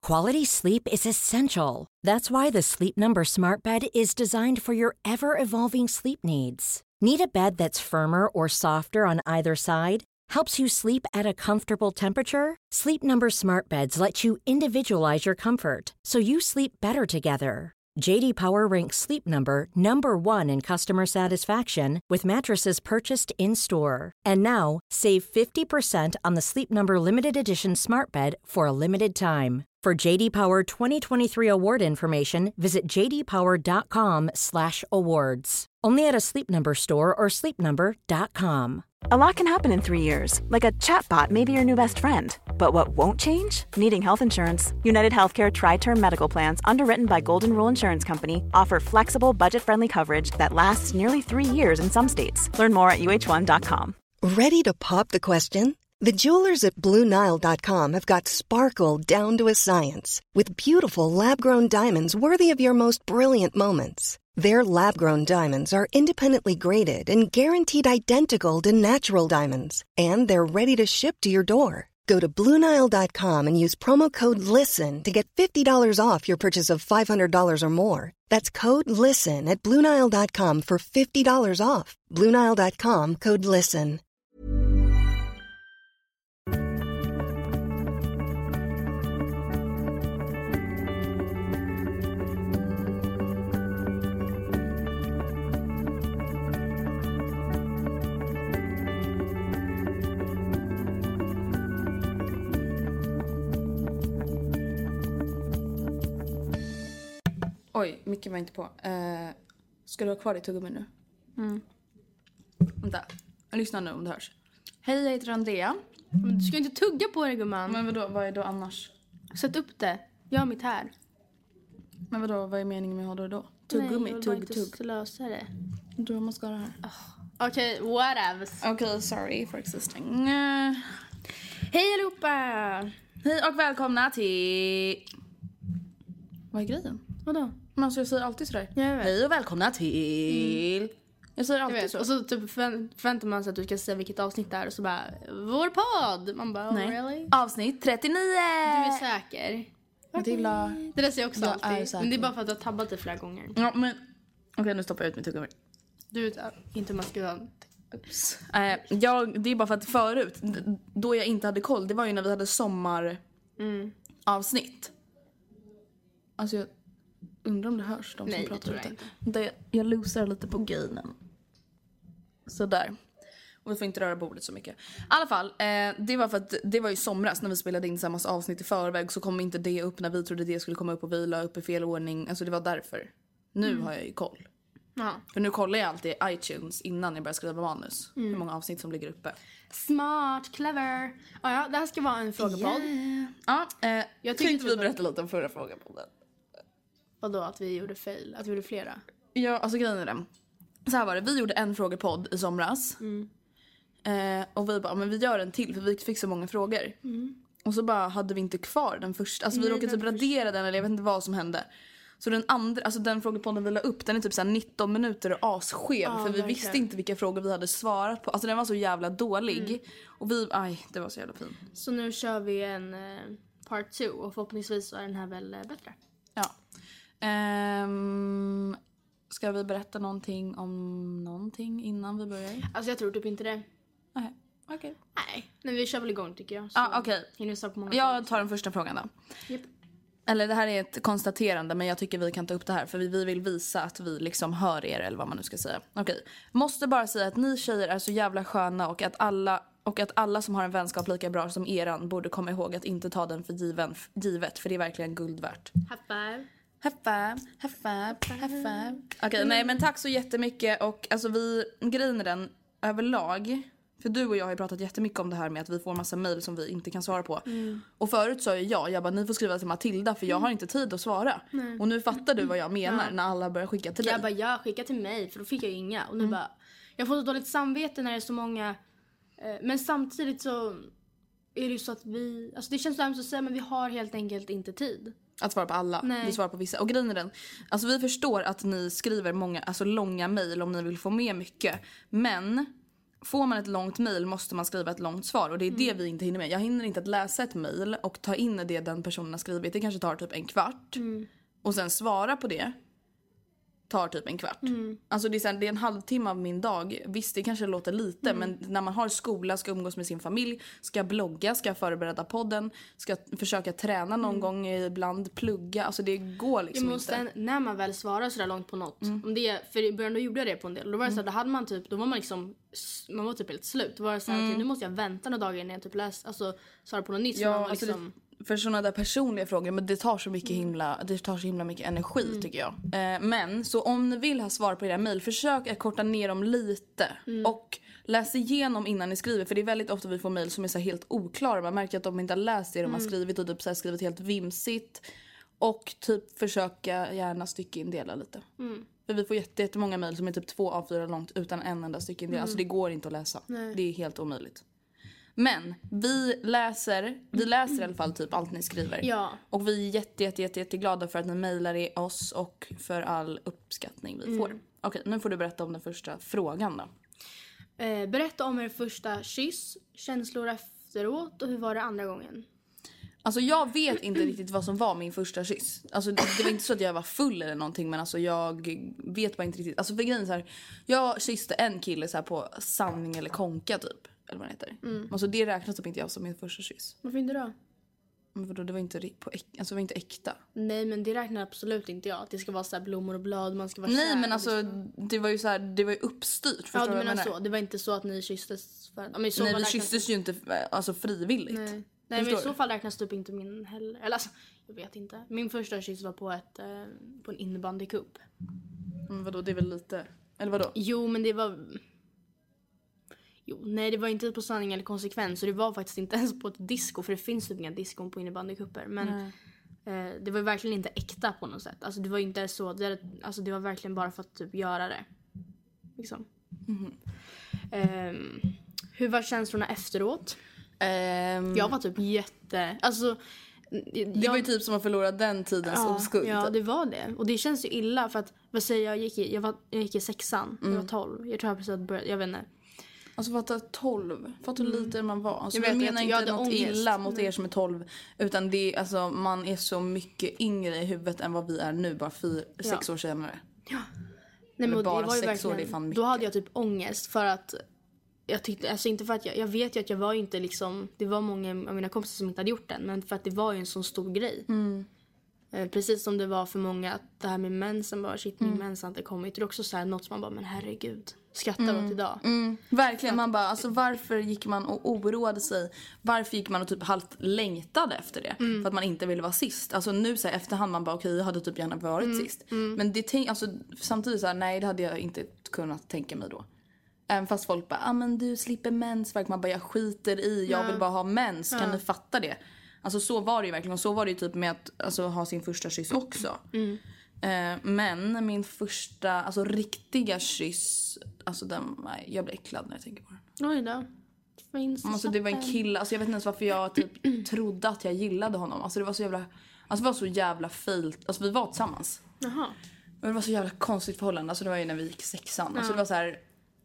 Quality sleep is essential. That's why the Sleep Number Smart Bed is designed for your ever-evolving sleep needs. Need a bed that's firmer or softer on either side? Helps you sleep at a comfortable temperature? Sleep Number Smart Beds let you individualize your comfort so you sleep better together. JD Power ranks Sleep Number #1 in customer satisfaction with mattresses purchased in-store. And now, save 50% on the Sleep Number Limited Edition Smart Bed for a limited time. For JD Power 2023 award information, visit jdpower.com/awards. Only at a Sleep Number store or sleepnumber.com. A lot can happen in 3 years, like a chatbot may be your new best friend. But what won't change? Needing health insurance. United Healthcare Tri-Term Medical Plans, underwritten by Golden Rule Insurance Company, offer flexible, budget-friendly coverage that lasts nearly 3 years in some states. Learn more at uh1.com. Ready to pop the question? The jewelers at BlueNile.com have got sparkle down to a science with beautiful lab-grown diamonds worthy of your most brilliant moments. Their lab-grown diamonds are independently graded and guaranteed identical to natural diamonds. And they're ready to ship to your door. Go to BlueNile.com and use promo code LISTEN to get $50 off your purchase of $500 or more. That's code LISTEN at BlueNile.com for $50 off. BlueNile.com, code LISTEN. Oj, mycket var inte på. Ska du ha kvar ditt tuggummi nu? Vänta, jag lyssnar nu om det hörs. Hej, jag heter Andrea. Men du ska inte tugga på det, gumman. Men vadå, vad är då annars? Sätt upp det. Jag har mitt här. Men vadå, vad är meningen med att ha det då? Tuggummi, Nej, tugg. Lösa det. Då man ska ha det här. Okej, whatevs. Okej, sorry for existing. Hej allihopa! Hej och välkomna till... Vad är grejen? Vadå? Men alltså jag säger alltid sådär. Jag vet. Hej och välkomna till... Jag säger alltid så. Och så typ förväntar man sig att du ska säga vilket avsnitt det är. Och så bara, vår podd! Man bara, Nej. really? Avsnitt 39! Du är säker? Matilda. Det där säger jag också Jag är alltid. säker. Men det är bara för att du har tabbat det flera gånger. Ja, men... Okej, nu stoppar jag ut mitt tuggummi. Du vet inte hur man ska göra. Oops. Det är bara för att förut, då jag inte hade koll, det var ju när vi hade sommaravsnitt. Alltså jag undrar om det hörs, de som pratar ute. Jag losar lite på gainen. Sådär. Och vi får inte röra bordet så mycket. I alla fall, det var för att det var ju somras när vi spelade in samma avsnitt i förväg. Så kom inte det upp när vi trodde det skulle komma upp och vi la upp i fel ordning. Alltså det var därför. Nu har jag ju koll. Ja. För nu kollar jag alltid iTunes innan jag börjar skriva manus. Hur många avsnitt som ligger uppe. Smart, clever. Ja, det här ska vara en frågepodd. Ja, Jag tänkte vi berätta lite om förra frågepodden. Vadå, att vi gjorde fel? Att vi gjorde flera? Ja, alltså grejen är den. Så här var det, vi gjorde en frågepodd i somras. Och vi bara, men vi gör en till för vi fick så många frågor. Och så bara hade vi inte kvar den första. Alltså vi råkade typ radera den eller jag vet inte vad som hände. Så den andra, alltså den frågepodden vi la upp, den är typ så här 19 minuter och asskev. För vi verkligen. visste inte vilka frågor vi hade svarat på. Alltså den var så jävla dålig. Och vi, det var så jävla fin. Så nu kör vi en part 2 och förhoppningsvis så är den här väl bättre. Ja. Ska vi berätta någonting om någonting innan vi börjar? Alltså jag tror typ inte det. Nej, okej. Nej, men vi kör väl igång tycker jag. Ja, okej. Hinner svara på många Jag tar den första frågan då. Japp. Eller det här är ett konstaterande, men jag tycker vi kan ta upp det här. För vi vill visa att vi liksom hör er, eller vad man nu ska säga. Okej. Måste bara säga att ni tjejer är så jävla sköna och att alla som har en vänskap lika bra som eran borde komma ihåg att inte ta den för givet. För det är verkligen guld värt. High five. High five, high five, high five. Okej, nej men tack så jättemycket. Och alltså grejen är den överlag. För du och jag har ju pratat jättemycket om det här med att vi får massa mejl som vi inte kan svara på. Och förut sa jag bara, ni får skriva till Matilda för jag har inte tid att svara. Och nu fattar du vad jag menar när alla börjar skicka till dig. Jag bara, skicka till mig för då fick jag ju inga. Och nu bara, jag får så dåligt samvete när det är så många. Men samtidigt så är det ju så att alltså det känns så hemskt att säga, men vi har helt enkelt inte tid. Att svara på alla. Nej. Vi svarar på vissa. Och grejen är den. Alltså vi förstår att ni skriver många, alltså långa mejl om ni vill få med mycket. Men får man ett långt mejl måste man skriva ett långt svar. Och det är det vi inte hinner med. Jag hinner inte att läsa ett mejl och ta in det den personen har skrivit. Det kanske tar typ en kvart. Och sen svara på det tar typ en kvart. Alltså det är en halvtimme av min dag. Visst, det kanske låter lite. Men när man har skola, ska umgås med sin familj, ska blogga, ska förbereda podden, ska försöka träna någon gång ibland, plugga. Alltså det går liksom inte. När man väl svarar så där långt på något. Om det, för i början då gjorde jag det på en del. Då var det så här, då hade man typ, då var man liksom, man var typ helt slut. Då var det så här, okej, nu måste jag vänta några dagar innan jag typ svarar på något nytt. Ja, man var alltså liksom... För sådana där personliga frågor, men det tar så mycket det tar så himla mycket energi tycker jag. Men så om ni vill ha svar på era mejl, försök att korta ner dem lite. Och läs igenom innan ni skriver. För det är väldigt ofta vi får mejl som är så helt oklara. Man märker att de inte har läst det de har skrivit och typ så här skrivit helt vimsigt. Och typ försöka gärna styckindela lite. För vi får jättemånga mejl som är typ 2 A4 långt utan en enda styckindel. Alltså det går inte att läsa. Nej. Det är helt omöjligt. Men vi läser i alla fall typ allt ni skriver. Ja. Och vi är jätteglada för att ni mejlar oss och för all uppskattning vi får. Okej, nu får du berätta om den första frågan då. Berätta om er första kyss, känslor efteråt och hur var det andra gången? Alltså jag vet inte riktigt vad som var min första kyss. Alltså det var inte så att jag var full eller någonting, men alltså jag vet bara inte riktigt. Alltså för grejen så här, jag kysste en kille så här på sanning eller konka typ. Eller vad det heter. Alltså det räknas typ inte jag som min första kyss. Varför inte då? Men vadå, det var inte alltså det var inte äkta. Nej, men det räknar absolut inte jag. Det ska vara så här blommor och blad, man ska vara Nej, kär, men alltså liksom. det var ju så här, det var ju uppstyrt. Ja, du menar så. Det var inte så att ni kysstes för... Ja, men så nej, vi kysstes ju inte alltså frivilligt. Nej, men i så fall räknas typ inte min heller. Eller alltså, jag vet inte. Min första kyss var på en innebandycup. Men vadå, det är väl lite... Eller vadå? Jo, men det var... nej, det var inte på sanning eller konsekvens. Så det var faktiskt inte ens på ett disco. För det finns typ inga diskon på innebandycuper. Men det var ju verkligen inte äkta på något sätt. Alltså det var inte så. Det var verkligen bara för att typ göra det. Liksom. Hur var känslorna efteråt? Jag var typ alltså... Det var ju typ som att förlora den tidens oskuld. Ja, det var det. Och det känns ju illa för att... Vad säger jag? Jag gick i 6:an. Jag var 12. Jag tror jag precis började... Jag vet inte. Alltså fatta 12. Fatta hur liten man var. Alltså, jag menar inte något illa mot er som är 12. Utan det är, alltså, man är så mycket yngre i huvudet än vad vi är nu. Bara 6 år senare. Ja. Nej, men bara det var ju 6 år, det är fan mycket. Då hade jag typ ångest för att... Jag tyckte, alltså inte för att jag vet ju att jag var ju inte liksom... Det var många av mina kompisar som inte hade gjort den. Men för att det var ju en sån stor grej. Precis som det var för många att det här med mensen bara, shit, min mens har inte kommit. Det är också så här något som man bara, men herregud, skrattar åt idag. Verkligen, man bara, alltså varför gick man och oroade sig? Varför gick man och typ halvt längtade efter det? För att man inte ville vara sist. Alltså nu så här, efterhand man bara, okej, jag hade typ gärna varit sist. Men det alltså, samtidigt så här, nej, det hade jag inte kunnat tänka mig då. Även fast folk bara, men du slipper mensvärk. Man bara, jag skiter i, jag vill bara ha mens. Kan ni fatta det? Alltså så var det ju verkligen. Och så var det ju typ med att alltså, ha sin första kyss också. Men min första, alltså riktiga kyss, alltså jag blir äcklad när jag tänker på den. Oj då. Alltså det var en kille, alltså jag vet inte ens varför jag typ trodde att jag gillade honom. Alltså det var så jävla, alltså det var så jävla fult. Alltså vi var tillsammans. Jaha. Men det var så jävla konstigt förhållande. Alltså det var ju när vi gick 6:an. Alltså det var så här.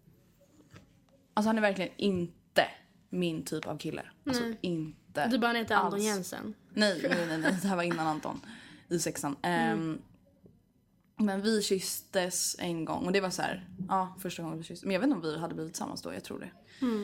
Alltså han är verkligen inte min typ av kille. Alltså inte. Du bara heter Anton Jensen. Nej. Det här var innan Anton. I 6:an. Men vi kysstes en gång. Och det var så här. Ja, första gången vi kysstes. Men jag vet inte om vi hade blivit tillsammans då. Jag tror det.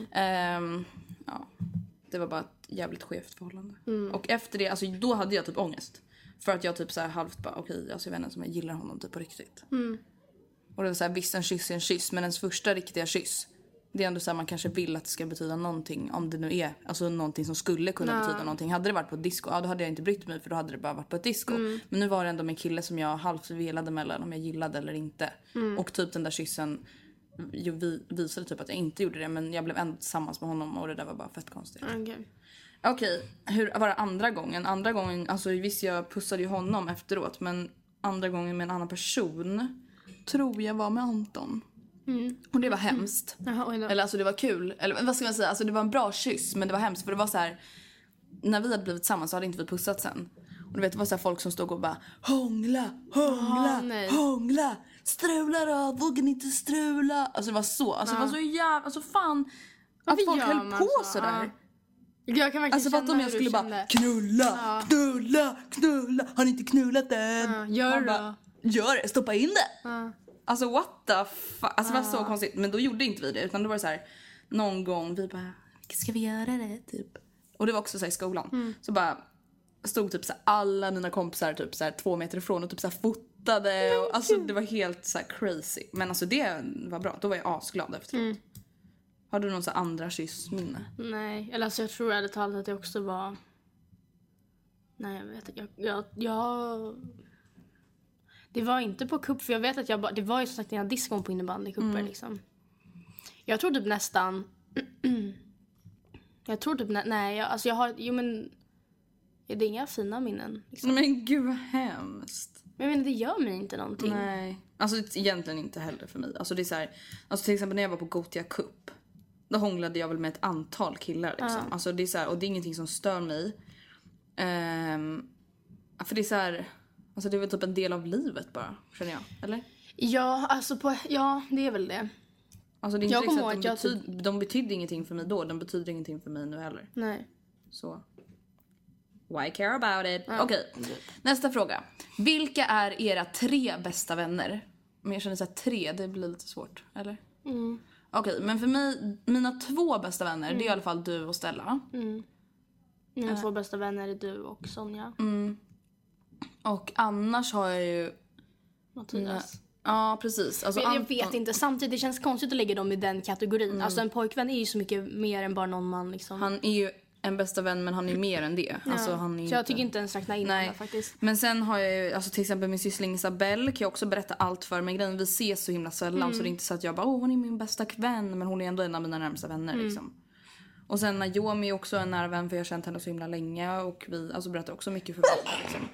Ja. Det var bara ett jävligt skevt förhållande. Och efter det, alltså då hade jag typ ångest. För att jag typ så här halvt bara, okej, alltså jag vet inte som jag gillar honom typ på riktigt. Och det var så här, visst en kyss är en kyss. Men ens första riktiga kyss, det är ändå så här, man kanske vill att det ska betyda någonting. Om det nu är alltså någonting som skulle kunna betyda någonting. Hade det varit på ett disco, då hade jag inte brytt mig. För då hade det bara varit på ett disco. Men nu var det ändå med en kille som jag halvt velade mellan om jag gillade eller inte. Och typ den där kyssen visade typ att jag inte gjorde det. Men jag blev ändå tillsammans med honom. Och det där var bara fett konstigt. Okej, hur var det andra gången? Andra gången, alltså visst jag pussade ju honom efteråt. Men andra gången med en annan person tror jag var med Anton. Och det var hemskt. Eller alltså det var kul. Eller vad ska man säga? Alltså det var en bra kyss. Men det var hemskt. För det var så här. När vi hade blivit tillsammans så hade inte vi pussat sen. Och du vet, det var så här folk som stod och bara hångla, strula då, vågar ni inte strula? Alltså det var så, alltså det var så jävla, alltså fan att folk höll på sådär. Jag kan verkligen alltså för att om jag skulle bara knulla, har ni inte knullat än? Gör det. Gör det, stoppa in det. Alltså what the fuck, alltså det var så konstigt. Men då gjorde inte vi det, utan då var det så här någon gång vi bara, ska vi göra det typ? Och det var också så här i skolan. Så bara stod typ så här, alla mina kompisar typ så här 2 meter ifrån och typ så här fotade och, alltså det var helt så här crazy. Men alltså det var bra, då var jag asglad efteråt. Har du någon så andra kyssminne? Nej, eller alltså jag tror ärligt talat att det också var... Nej, jag vet inte. Jag... Det var inte på kupp, för jag vet att det var ju som sagt en diskon på innebandykupper liksom. Jag tror typ nästan... alltså jag har... Jo men... Det är inga fina minnen liksom. Men gud vad hemskt. Men jag menar, det gör mig inte någonting. Nej, alltså egentligen inte heller för mig. Alltså det är så här, alltså till exempel när jag var på Gothia Cup, då hånglade jag väl med ett antal killar liksom. Alltså det är så här, och det är ingenting som stör mig. För det är så här, alltså det är väl typ en del av livet bara, känner jag, eller? Ja, alltså det är väl det. Alltså det är inte så att de betydde ingenting för mig då, de betyder ingenting för mig nu heller. Nej. Så why care about it? Okej. Nästa fråga. Vilka är era 3 bästa vänner? Men jag känner så här 3, det blir lite svårt, eller? Okej, men för mig, mina 2 bästa vänner, det är i alla fall du och Stella. Mina 2 bästa vänner är du och Sonja. Och annars har jag ju... Mattias. Ja, precis. Alltså, jag vet inte, samtidigt det känns konstigt att lägga dem i den kategorin. Alltså en pojkvän är ju så mycket mer än bara någon man liksom. Han är ju en bästa vän, men han är mer än det. Alltså, han är så jag tycker inte ens räkna in det faktiskt. Men sen har jag ju, alltså till exempel min syssling Isabelle kan jag också berätta allt för. Men grejen, vi ses så himla sällan, så det är inte så att jag bara, hon är min bästa vän, men hon är ändå en av mina närmsta vänner liksom. Och sen Naomi är också en nära vän, för jag har känt henne så himla länge. Och vi alltså berättar också mycket för varandra liksom.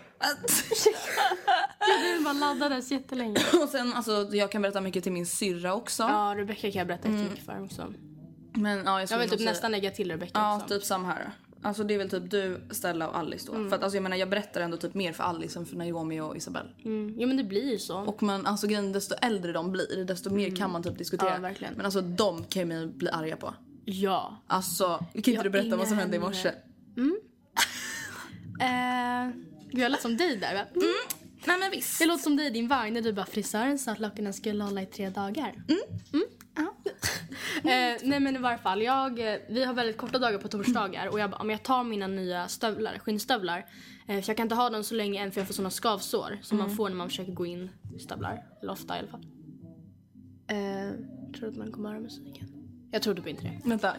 Jag bara laddades jättelänge. Och sen alltså, jag kan berätta mycket till min syrra också. Ja, Rebecca kan jag berätta jättemycket för också. Men ja, jag vill typ nästan lägga till Rebecca också. Ja, typ samma här. Alltså det är väl typ du, Stella och Alice då. För att alltså jag menar, jag berättar ändå typ mer för Alice än för Naomi och Isabelle. Ja men det blir ju så. Och man, alltså grejen, desto äldre de blir, desto mer kan man typ diskutera. Ja, verkligen. Men alltså de kan ju bli arga på. Ja. Alltså, kan inte du berätta vad som hände i morse? Jag lät som dig där va? Nej men visst. Det låter som dig i din vagn när du bara, frisören sa att lockarna skulle hålla i 3 dagar. Nej men i varje fall, vi har väldigt korta dagar på torsdagar. Och jag bara, om jag tar mina nya stövlar, skinnstövlar, för jag kan inte ha dem så länge än, för jag får såna skavsår som man får när man försöker gå in i stövlar. Eller ofta i alla fall. Tror du att man kommer höra musiken? Jag trodde på inte det. Vänta.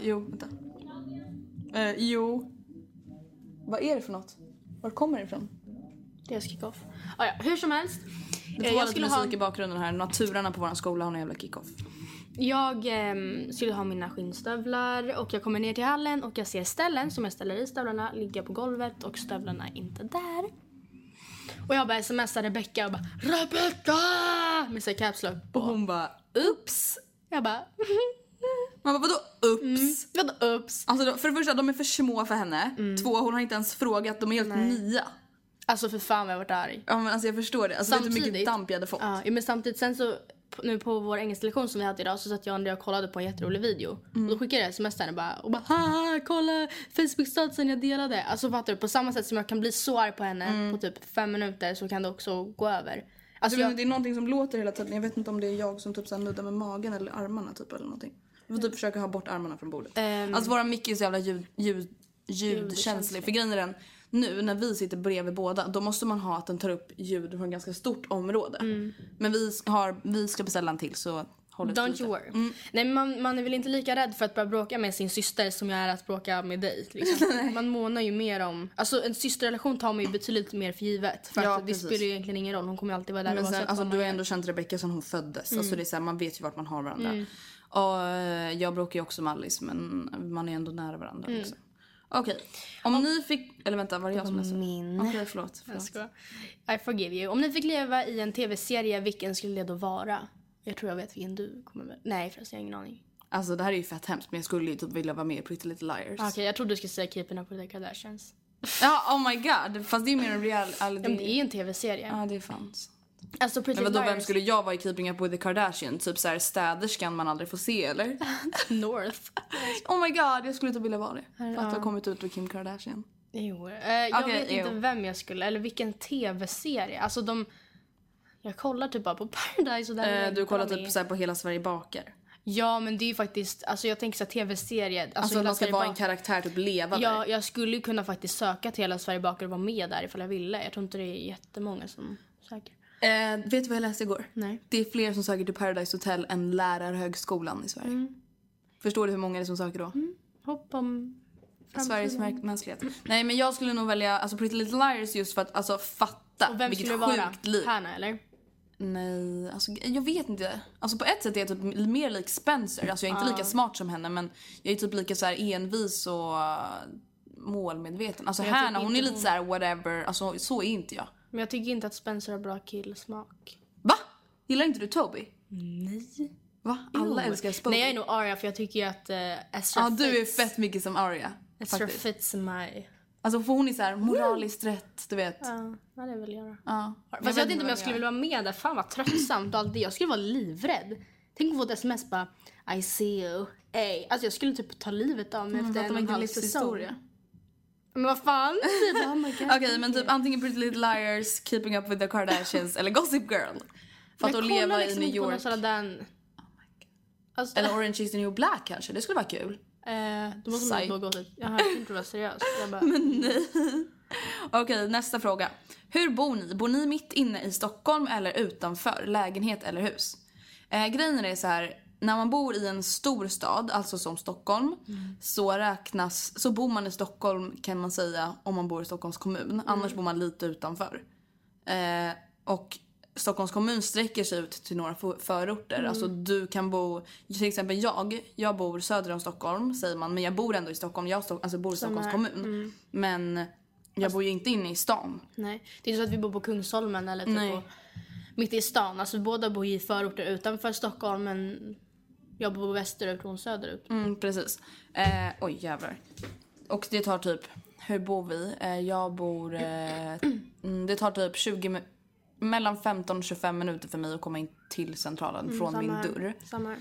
Vad är det för något? Var kommer det ifrån? Det är kick-off. Hur som helst. Det var lite musik i bakgrunden här. Naturarna på vår skola har en jävla kick-off. Jag skulle ha mina skinnstövlar och jag kommer ner till hallen och jag ser ställen som jag ställer i stövlarna ligga på golvet och stövlarna är inte där. Och jag bara smsar Rebecca och bara, Rebecca! Med sig caps lock på. Och hon bara, ups. Jag bara, man bara, vadå ups? vadå ups? Alltså för det första, de är för små för henne. 2, hon har inte ens frågat, de är helt nya. Alltså för fan vad jag varit arg. Ja men alltså jag förstår det. Alltså vet du hur mycket damp jag hade fått? Ja men samtidigt sen så nu på vår engelska lektion som vi hade idag så satt jag och Andrea och kollade på en jätterolig video. Och då skickade jag sms till henne och bara haha, kolla Facebook-statsen jag delade. Alltså fattar du, på samma sätt som jag kan bli så arg på henne på typ 5 minuter så kan det också gå över. Alltså det är någonting som låter hela tiden. Jag vet inte om det är jag som typ så här nuddar med magen eller armarna typ eller någonting. Vi får typ försöka ha bort armarna från bordet. Alltså våra mick är så jävla ljudkänslig. För grejen är den, nu när vi sitter bredvid båda, då måste man ha att den tar upp ljud från ett ganska stort område. Men vi ska beställa en till, så håll ut. Don't you worry. Nej, man är väl inte lika rädd för att börja bråka med sin syster som jag är att bråka med dig. Liksom. Man månar ju mer om... Alltså en systerrelation tar man ju betydligt mer för givet. För att det spelar ju egentligen ingen roll. Hon kommer ju alltid vara där. Men sen, alltså, du har ändå känt Rebecca sedan hon föddes. Alltså, det är så här, man vet ju vart man har varandra. Och jag bråkar ju också med Alice, men man är ändå nära varandra. Liksom. Okej, om ni fick... Eller vänta, var det jag som läste? Okej, förlåt. I forgive you. Om ni fick leva i en tv-serie, vilken skulle det då vara? Jag tror jag vet vilken du kommer med. Nej, förresten, jag har ingen aning. Alltså det här är ju fett hemskt, men jag skulle ju typ vilja vara med i Pretty Little Liars. Okej, jag trodde du skulle säga Keeping Up with the Kardashians. Ja, oh my god. Fast det är mer en reality. Ja, men det är ju en tv-serie. Ja, det fanns. Alltså Pretty Men vadå, Liars. vem skulle jag vara i Keeping Up with the Kardashian? Typ så här städerskan man aldrig får se, eller? North. Oh my god, jag skulle inte vilja vara det. För att ha kommit ut med Kim Kardashian. Jo, jag vet inte vem jag skulle, eller vilken tv-serie. Alltså jag kollar typ bara på Paradise och där du kollar typ så här på Hela Sverige bakar. Ja, men det är ju faktiskt, alltså jag tänker så här tv-serie. Alltså man ska vara en karaktär, typ leva där. Ja, jag skulle kunna faktiskt söka till Hela Sverige bakar och vara med där ifall jag ville. Jag tror inte det är jättemånga som söker. Vet du vad jag läste igår? Nej. Det är fler som söker till Paradise Hotel än Lärarhögskolan i Sverige. Förstår du hur många det är som söker då? Hopp om Sveriges mänsklighet. Nej, men jag skulle nog välja alltså Pretty Little Liars just för att alltså fatta och vem vilket skulle vara? sjukt liv. Hanna, eller? Nej, alltså jag vet inte. Alltså på ett sätt är jag typ mer lik Spencer. Alltså jag är inte lika smart som henne, men jag är typ lika så här envis och målmedveten. Alltså Hanna, hon är lite så här whatever. Alltså så är inte jag. Men jag tycker inte att Spencer har bra killsmak. Va? Gillar inte du Toby? Nej. Va? Alla älskar Spoby. Nej, jag är nog Aria för jag tycker ju att Ezra Ja, du är fett mycket som Aria. Ezra fits my... Alltså för hon är så här moraliskt rätt, du vet. Ja, det är väl jag. Ja. Fast jag vet inte om jag skulle vilja vara med där. Fan vad tröttsamt och allt det. Jag skulle vara livrädd. Tänk att få ett sms bara I see you. Ey. Alltså jag skulle typ ta livet av mig efter en halv säsong. Men vad fan? Okej, men typ antingen Pretty Little Liars, Keeping Up with the Kardashians eller Gossip Girl. För att leva liksom i New York. Alltså, eller Orange is the New Black kanske. Det skulle vara kul. Då måste man gå till. Jag hörde inte vara seriös. Bara... Men nej. Okej, nästa fråga. Hur bor ni? Bor ni mitt inne i Stockholm eller utanför? Lägenhet eller hus? Grejen är så här. När man bor i en stor stad, alltså som Stockholm, så bor man i Stockholm kan man säga om man bor i Stockholms kommun. Annars bor man lite utanför. Och Stockholms kommun sträcker sig ut till några förorter. Alltså du kan bo, till exempel jag bor söder om Stockholm säger man, men jag bor ändå i Stockholm. Jag bor i Stockholms kommun. Men jag bor ju inte inne i stan. Nej, det är inte så att vi bor på Kungsholmen eller typ på, mitt i stan. Alltså båda bor i förorter utanför Stockholm, men jag bor västerut och söderut. Precis. Oj jävlar. Och det tar typ, hur bor vi? Jag bor, det tar typ mellan 15 och 25 minuter för mig att komma in till centralen från min dörr. Samma.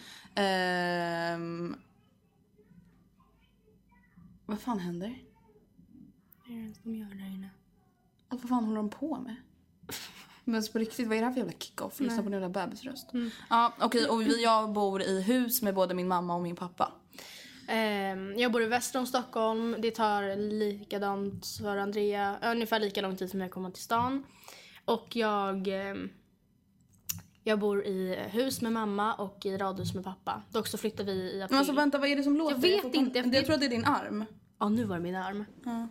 Vad fan händer? Vad är det de gör där inne? Och vad fan håller de på med? Men på riktigt, vad är det här för jävla kick-off? Lyssna på den jävla bebisröst. Ja, okej, och jag bor i hus med både min mamma och min pappa. Jag bor i väster om Stockholm. Det tar likadant för Andrea. Ungefär lika lång tid som jag kommer till stan. Och jag bor i hus med mamma och i radhus med pappa. Dock så flyttar vi i april. Men alltså vänta, vad är det som låter? Jag vet inte. Jag tror att det är din arm. Ja, nu var det min arm.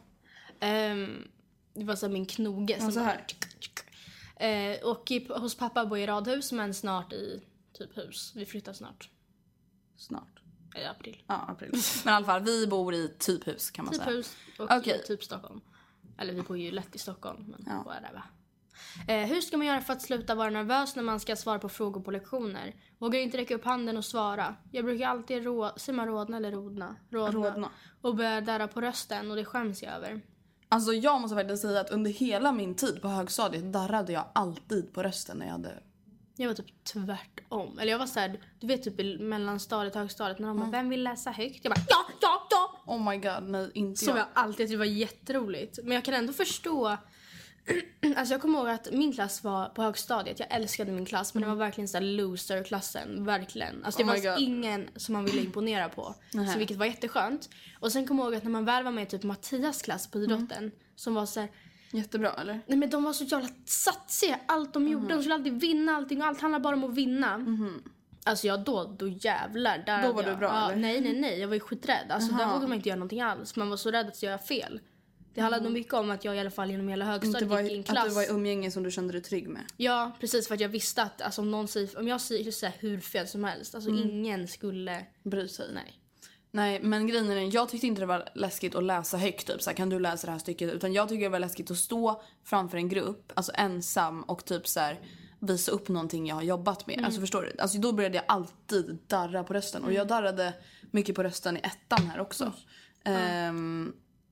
Det var så här min knoge som så här. Och hos pappa bor jag i radhus, men snart i typ hus. Vi flyttar snart. Snart? I april. Ja, april. Men i alla fall, vi bor i typ hus kan man säga. Typ hus och typ Stockholm. Eller vi bor ju lätt i Stockholm, men vad är det va? Hur ska man göra för att sluta vara nervös när man ska svara på frågor på lektioner? Vågar inte räcka upp handen och svara. Jag brukar alltid rodna eller rodna. Och börja darra på rösten, och det skäms jag över. Alltså jag måste faktiskt säga att under hela min tid på högstadiet darrade jag alltid på rösten när jag hade... Jag var typ tvärtom. Eller jag var så här, du vet typ i mellanstadiet och högstadiet när de bara, vem vill läsa högt? Jag bara, ja! Oh my god, nej inte jag. Så jag alltid, det var jätteroligt. Men jag kan ändå förstå. Alltså jag kommer ihåg att min klass var på högstadiet. Jag älskade min klass, men det var verkligen så här loser-klassen, verkligen. Alltså det var ingen som man ville imponera på. Så vilket var jätteskönt. Och sen kommer jag ihåg att när man väl var med typ Mattias klass på idrotten, som var så här, jättebra, eller? Nej, men de var så jävla satsiga. Allt de gjorde, de skulle alltid vinna allting. Och allt handlade bara om att vinna. Alltså då jävlar. Där då var du bra, eller? Nej. Jag var ju skiträdd. Alltså där vågade man inte göra någonting alls. Man var så rädd att göra fel. Det handlade nog mycket om att jag i alla fall genom hela högstadiet gick i en klass. Att du var i umgänge som du kände dig trygg med. Ja, precis. För att jag visste att alltså, om jag säger så här, hur fel som helst. Alltså ingen skulle bry sig. Nej, men grejen är, jag tyckte inte det var läskigt att läsa högt typ så här, kan du läsa det här stycket, utan jag tycker det var läskigt att stå framför en grupp, alltså ensam, och typ så här visa upp någonting jag har jobbat med. Alltså förstår du? Alltså då började jag alltid darra på rösten, och jag darrade mycket på rösten i ettan här också.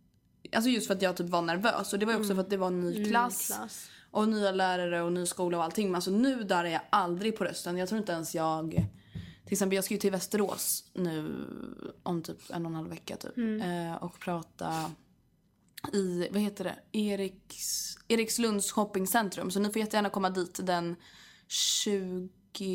alltså just för att jag typ var nervös. Och det var också för att det var en ny klass. Och nya lärare och ny skola och allting. Men alltså nu där är jag aldrig på rösten. Jag tror inte ens jag... Till exempel jag ska ju till Västerås nu om typ 1,5 vecka typ. Och prata i, vad heter det? Erikslunds shoppingcentrum. Så ni får jättegärna komma dit den 21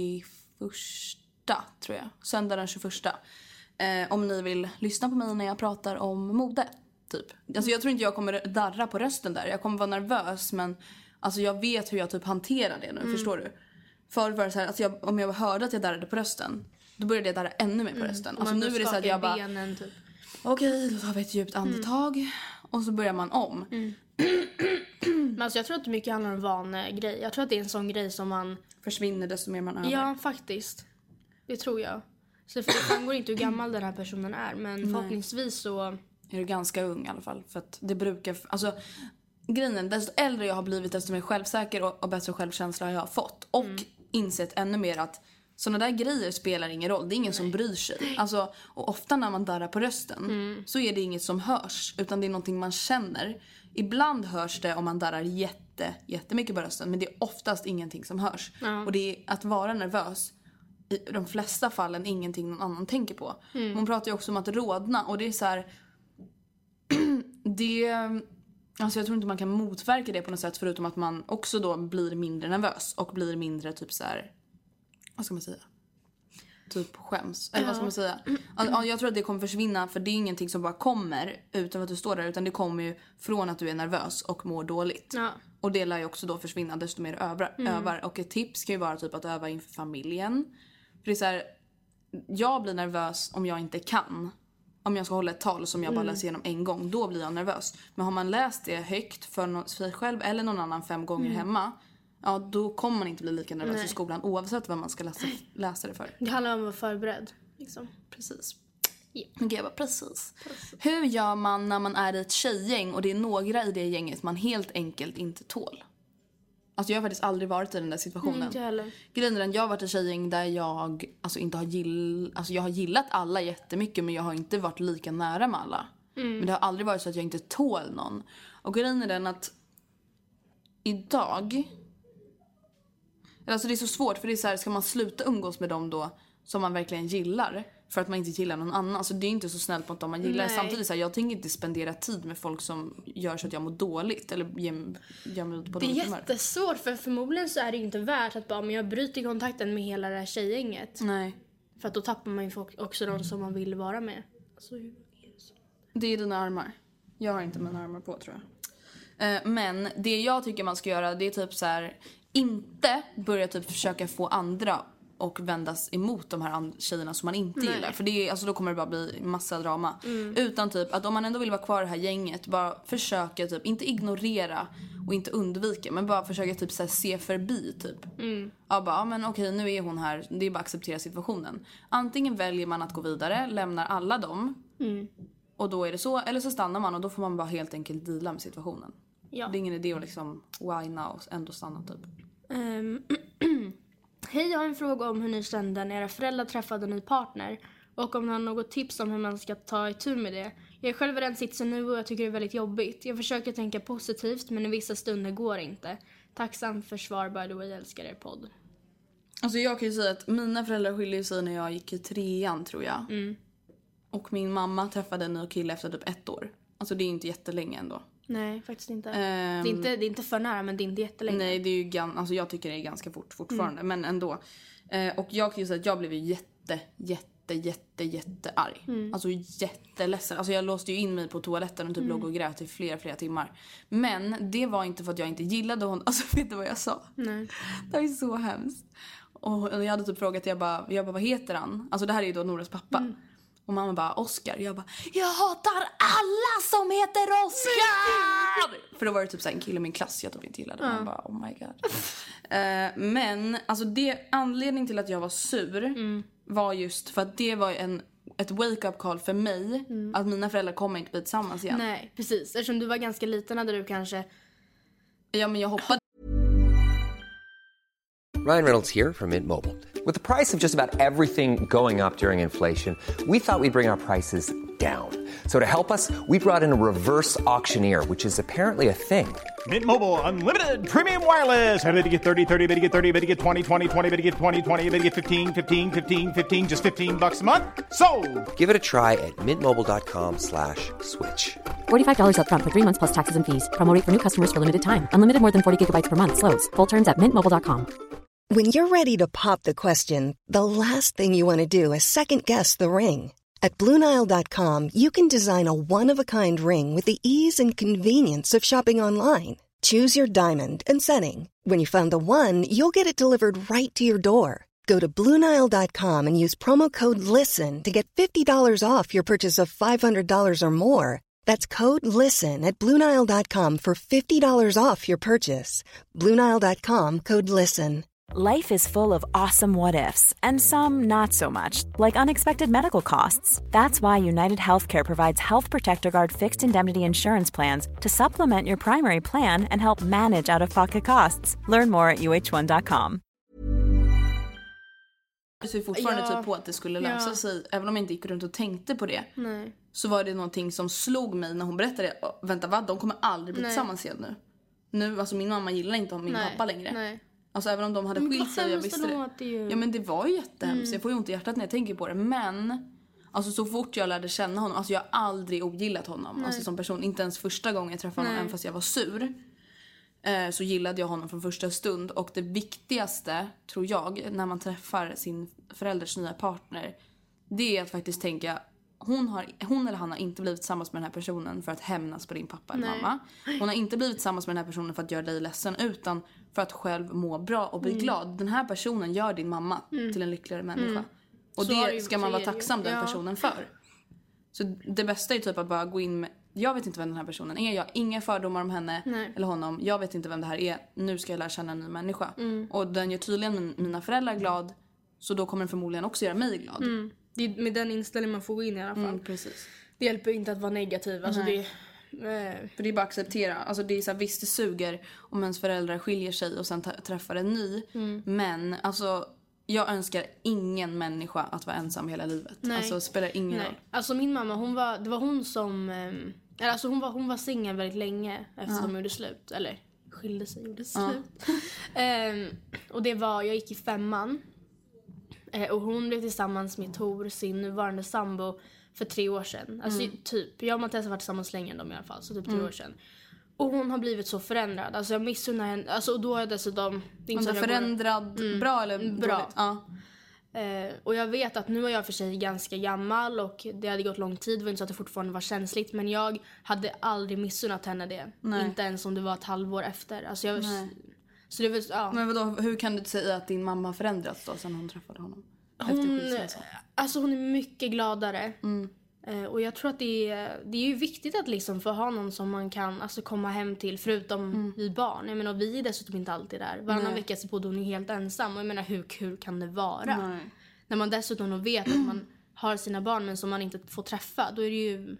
tror jag. Söndag den 21. Om ni vill lyssna på mig när jag pratar om mode typ. Alltså jag tror inte jag kommer darra på rösten där. Jag kommer vara nervös, men alltså jag vet hur jag typ hanterar det nu, förstår du? Förut var det så här, alltså om jag hörde att jag darrade på rösten, då började jag darra ännu mer på rösten. Alltså nu är det så att jag bara typ. Okej, då tar vi ett djupt andetag och så börjar man om. Men alltså jag tror att det mycket handlar om vanegrej. Jag tror att det är en sån grej som man försvinner desto mer man övar. Ja, faktiskt. Det tror jag. Så för det framgår inte hur gammal den här personen är, men förhoppningsvis så är du ganska ung i alla fall, för att det brukar, alltså grejen, desto äldre jag har blivit, desto mer självsäker och bättre självkänsla har jag fått. Och insett ännu mer att såna där grejer spelar ingen roll. Det är ingen som bryr sig. Alltså, och ofta när man darrar på rösten så är det inget som hörs, utan det är någonting man känner. Ibland hörs det om man darrar jättemycket på rösten, men det är oftast ingenting som hörs. Och det är att vara nervös i de flesta fallen ingenting någon annan tänker på. Hon pratar ju också om att rodna, och det är så här det, alltså jag tror inte man kan motverka det på något sätt, förutom att man också då blir mindre nervös och blir mindre typ så här, vad ska man säga, typ skäms, eller vad ska man säga. Jag tror att det kommer försvinna, för det är ingenting som bara kommer utan att du står där, utan det kommer ju från att du är nervös och mår dåligt. Och det lär ju också då försvinna desto mer övar. Och ett tips kan ju vara typ att öva inför familjen. För det är så här, jag blir nervös om jag inte kan. Om jag ska hålla ett tal som jag bara läser igenom en gång, då blir jag nervös. Men har man läst det högt för sig själv eller någon annan 5 gånger hemma, ja, då kommer man inte bli lika nervös i skolan, oavsett vad man ska läsa det för. Det handlar om att vara förberedd, liksom. Precis. Jag bara, precis. Hur gör man när man är i ett tjejgäng och det är några i det gänget man helt enkelt inte tål? Alltså jag har faktiskt aldrig varit i den där situationen. Inte heller. Grejen är den, jag har varit i tjejgäng där jag alltså inte har jag har gillat alla jättemycket, men jag har inte varit lika nära med alla. Men det har aldrig varit så att jag inte tål någon. Och grejen är den att idag, alltså det är så svårt, för det är så här, ska man sluta umgås med dem då som man verkligen gillar för att man inte gillar någon annan? Alltså det är inte så snällt mot dem man gillar. Samtidigt så här, jag tänker inte spendera tid med folk som gör så att jag mår dåligt eller gör mig ut på dåligt humör. Det är jättesvårt, för förmodligen så är det inte värt att bara, men jag bryter kontakten med hela det här tjejgänget. Nej. För att då tappar man ju också de som man vill vara med. Alltså, hur är det så? Det är dina armar. Jag har inte mina armar på, tror jag. Men det jag tycker man ska göra, det är typ så här, inte börja typ försöka få andra och vändas emot de här tjejerna som man inte gillar. För det är, alltså då kommer det bara bli massa drama. Utan typ att om man ändå vill vara kvar i det här gänget, bara försöka typ, inte ignorera och inte undvika, men bara försöka typ så här, se förbi typ. Ja, bara, men okej, nu är hon här, det är bara att acceptera situationen. Antingen väljer man att gå vidare, lämnar alla dem, och då är det så, eller så stannar man och då får man bara helt enkelt deala med situationen. Ja. Det är ingen idé att liksom why now, ändå stanna typ. Hej, jag har en fråga om hur ni kände när era föräldrar träffade en ny partner. Och om ni har något tips om hur man ska ta itu med det. Jag är själv i den sitsen nu och jag tycker det är väldigt jobbigt. Jag försöker tänka positivt, men i vissa stunder går inte. Tacksam för svar, by the way, jag älskar er podd. Alltså jag kan ju säga att mina föräldrar skiljer sig när jag gick i 3:an, tror jag. Och min mamma träffade en ny kille efter typ 1 år. Alltså det är inte jättelänge ändå. Nej, faktiskt inte. Det är inte för nära, men det är inte jättelänge. Nej, det är ju alltså jag tycker det är ganska fortfarande, men ändå. Och jag kan ju säga att jag blev ju jättearg. Alltså jätteledsen. Alltså jag låste ju in mig på toaletten och typ låg och grät i flera timmar. Men det var inte för att jag inte gillade honom. Alltså vet du vad jag sa? Nej. Det var så hemskt. Och jag hade typ frågat, jag bara vad heter han? Alltså det här är ju då Noras pappa. Och mamma bara, Oscar. Jag bara, jag hatar alla som heter Oscar! För då var det typ så här en kille i min klass jag typ inte gillade. Man bara, oh my god. Men alltså anledningen till att jag var sur var just för att det var ett wake-up call för mig. Att mina föräldrar kommer inte bli tillsammans igen. Nej, precis. Eftersom du var ganska liten hade du kanske... Ja, men jag hoppade. Ryan Reynolds here from Mint Mobile. With the price of just about everything going up during inflation, we thought we'd bring our prices down. So to help us, we brought in a reverse auctioneer, which is apparently a thing. Mint Mobile Unlimited Premium Wireless. How to get 30, 30, bit to get 30, bit to get 20, 20, 20, bit to get 20, 20, bit to get 15, 15, 15, 15, just $15 a month? Sold! Give it a try at mintmobile.com/switch. $45 up front for 3 months plus taxes and fees. Promo rate for new customers for limited time. Unlimited more than 40 gigabytes per month. Slows full terms at mintmobile.com. When you're ready to pop the question, the last thing you want to do is second-guess the ring. At BlueNile.com, you can design a one-of-a-kind ring with the ease and convenience of shopping online. Choose your diamond and setting. When you find the one, you'll get it delivered right to your door. Go to BlueNile.com and use promo code LISTEN to get $50 off your purchase of $500 or more. That's code LISTEN at BlueNile.com for $50 off your purchase. BlueNile.com, code LISTEN. Life is full of awesome what-ifs, and some not so much, like unexpected medical costs. That's why United Healthcare provides Health Protector Guard fixed indemnity insurance plans to supplement your primary plan and help manage out-of-pocket costs. Learn more at uh1.com. Så vi fortfarande typ på att det skulle lösa sig, även om jag inte gick runt och tänkte på det. Nej. Så var det någonting som slog mig när hon berättade, vänta vad, de kommer aldrig bli tillsammans igen nu. Nu, alltså min mamma gillar inte min pappa längre. Nej. Alltså även om de hade skilt sig, jag visste det. Ja men det var ju jättehemskt, jag får ju ont i hjärtat när jag tänker på det. Men, alltså så fort jag lärde känna honom, alltså jag har aldrig ogillat honom. Alltså som person, inte ens första gången jag träffade honom, även fast jag var sur. Så gillade jag honom från första stund. Och det viktigaste, tror jag, när man träffar sin förälders nya partner, det är att faktiskt tänka, hon eller han har inte blivit tillsammans med den här personen för att hämnas på din pappa eller mamma. Hon har inte blivit tillsammans med den här personen för att göra dig ledsen, utan för att själv må bra och bli glad. Den här personen gör din mamma till en lyckligare människa. Och det ska man vara tacksam den personen för. Så det bästa är typ att bara gå in med, jag vet inte vem den här personen är, jag har inga fördomar om henne eller honom, jag vet inte vem det här är, nu ska jag lära känna en ny människa. Och den gör tydligen mina föräldrar glad, så då kommer den förmodligen också göra mig glad. Det är med den inställningen man får gå in i alla fall. Precis. Det hjälper inte att vara negativ. Alltså för det är bara att acceptera. Alltså det är så här, visst det suger om ens föräldrar skiljer sig och sen träffar en ny. Men alltså jag önskar ingen människa att vara ensam hela livet. Nej. Alltså spelar ingen roll. Alltså min mamma, det var hon som alltså hon var singel väldigt länge efter de gjorde slut, eller skilde sig, gjorde slut. Och det var, jag gick i 5:an. Och hon blev tillsammans med Tor, sin nuvarande sambo, för 3 år sedan. Alltså typ, jag och Mattias har varit tillsammans längre än dem i alla fall, så typ 3 år sedan. Och hon har blivit så förändrad. Alltså jag missunnar henne, alltså, och då har jag dessutom... Hon är förändrad, bra eller bra? Ja. Och jag vet att nu är jag för sig ganska gammal och det hade gått lång tid, det var inte så att det fortfarande var känsligt, men jag hade aldrig missunnat henne det. Nej. Inte ens om det var ett halvår efter. Alltså jag... Så det var, Men vadå, hur kan du säga att din mamma förändrats då sen hon träffade honom? Hon är mycket gladare. Och jag tror att det är ju viktigt att liksom få ha någon som man kan alltså komma hem till, förutom vi barn. Jag menar, vi är dessutom inte alltid där. Varannan vecka så bodde hon ju helt ensam. Och jag menar, hur kul kan det vara? Nej. När man dessutom vet att man har sina barn men som man inte får träffa, då är det ju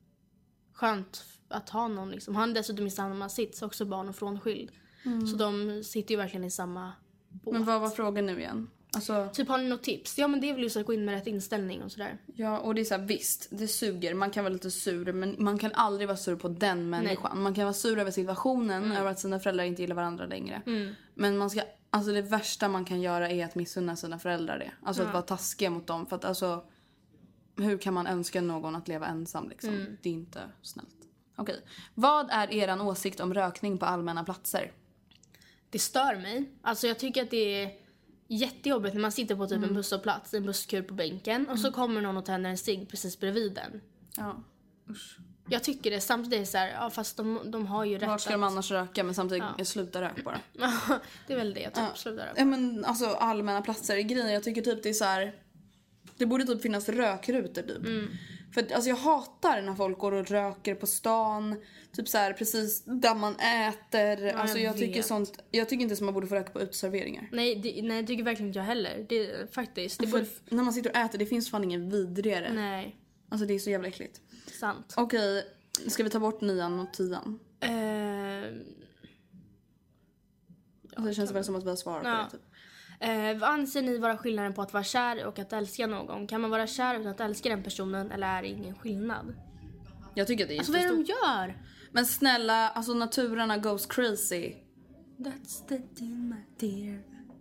skönt att ha någon liksom. Han är dessutom i samma sits, också barn och frånskild. Så de sitter ju verkligen i samma båt. Men vad var frågan nu igen? Alltså... Typ, har ni något tips? Ja, men det är väl just att gå in med rätt inställning och sådär. Ja, och det är så här, visst, det suger. Man kan vara lite sur, men man kan aldrig vara sur på den människan. Nej. Man kan vara sur över situationen, över att sina föräldrar inte gillar varandra längre. Men man ska, alltså det värsta man kan göra är att missunna sina föräldrar det. Alltså att vara taskiga mot dem. För att alltså, hur kan man önska någon att leva ensam liksom? Det är inte snällt. Okej, vad är eran åsikt om rökning på allmänna platser? Det stör mig. Alltså jag tycker att det är jättejobbigt när man sitter på typ en busshållplats, en busskur på bänken, och så kommer någon och tänder en cigg precis bredvid den. Ja, usch. Jag tycker det, samtidigt är så här, ja, fast de har ju rätt. Var ska de annars röka, men samtidigt sluta rök bara. Det är väl det, typ sluta röka. Ja, men alltså allmänna platser, grejen, jag tycker typ det är så här, det borde typ finnas rökrutor typ. För alltså jag hatar när folk går och röker på stan, typ så här precis där man äter. Ja, alltså jag tycker sånt, jag tycker inte att man borde få röka på uteserveringar. Nej, det tycker verkligen inte jag heller. Det faktiskt, det borde... när man sitter och äter, det finns fan ingen vidrigare. Nej. Alltså det är så jävla äckligt. Sant. Okej, ska vi ta bort 9:an och 10:an? Alltså det känns väl som att vi har svarat på det typ. Vad anser ni vara skillnaden på att vara kär och att älska någon? Kan man vara kär utan att älska den personen eller är det ingen skillnad? Jag tycker att det är Alltså vad är det de gör? Men snälla, alltså naturerna goes crazy. That's the deal, my dear.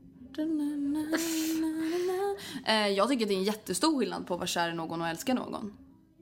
Jag tycker att det är en jättestor skillnad på att vara kär i någon och älska någon.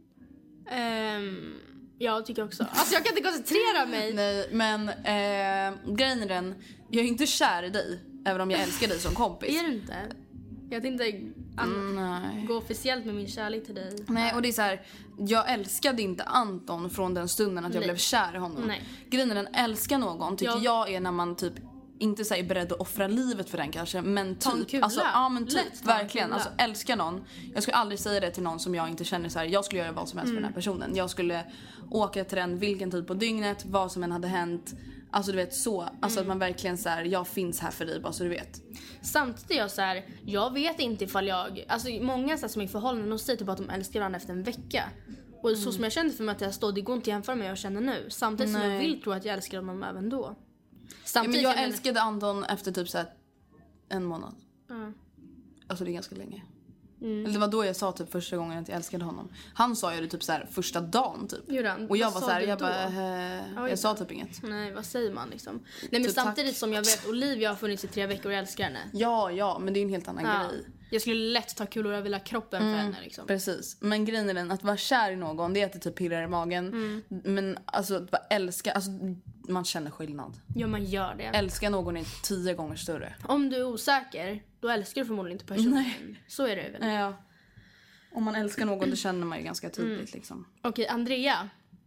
Jag tycker också. Alltså jag kan inte koncentrera mig. Nej, men grejen är den, jag är inte kär i dig, även om jag älskar dig som kompis. Är du inte? Jag tänkte gå officiellt med min kärlek till dig. Nej, och det är så här, jag älskade inte Anton från den stunden att jag blev kär i honom. Nej. Grejen är den, älska någon tycker jag är när man typ inte så här är beredd att offra livet för den kanske, men typ alltså ja men typ verkligen alltså älska någon. Jag skulle aldrig säga det till någon som jag inte känner så här. Jag skulle göra vad som helst för den här personen. Jag skulle åka till den vilken tid på dygnet, vad som än hade hänt. Alltså du vet så, alltså att man verkligen så här, jag finns här för dig bara så du vet. Samtidigt är jag så här, jag vet inte ifall jag, alltså många så här, som är i förhållanden, de säger typ att de älskar varandra efter en vecka. Och så som jag kände för mig att jag stod, det går inte att jämföra med vad jag känner nu. Samtidigt som jag vill tro att jag älskar honom även då. Samtidigt men jag älskade Anton efter typ så här en månad. Alltså det är ganska länge. Eller det var då jag sa typ första gången att jag älskade honom. Han sa ju det typ så här första dagen typ. Och jag var så här, jag sa typ inget. Nej, vad säger man liksom? Nej men typ samtidigt som jag vet Olivia har funnits i 3 veckor och jag älskar henne. Ja, men det är en helt annan grej. Jag skulle lätt ta kulor över hela kroppen för henne liksom. Precis, men grejen är den att vara kär i någon, det är att det typ pirrar i magen. Men alltså att bara älska, alltså man känner skillnad. Ja, man gör det. Älska någon är 10 gånger större. Om du är osäker, då älskar du förmodligen inte personen. Nej. Så är det väl. Ja. Om man älskar någon, det känner man ju ganska tydligt liksom. Okej, Andrea.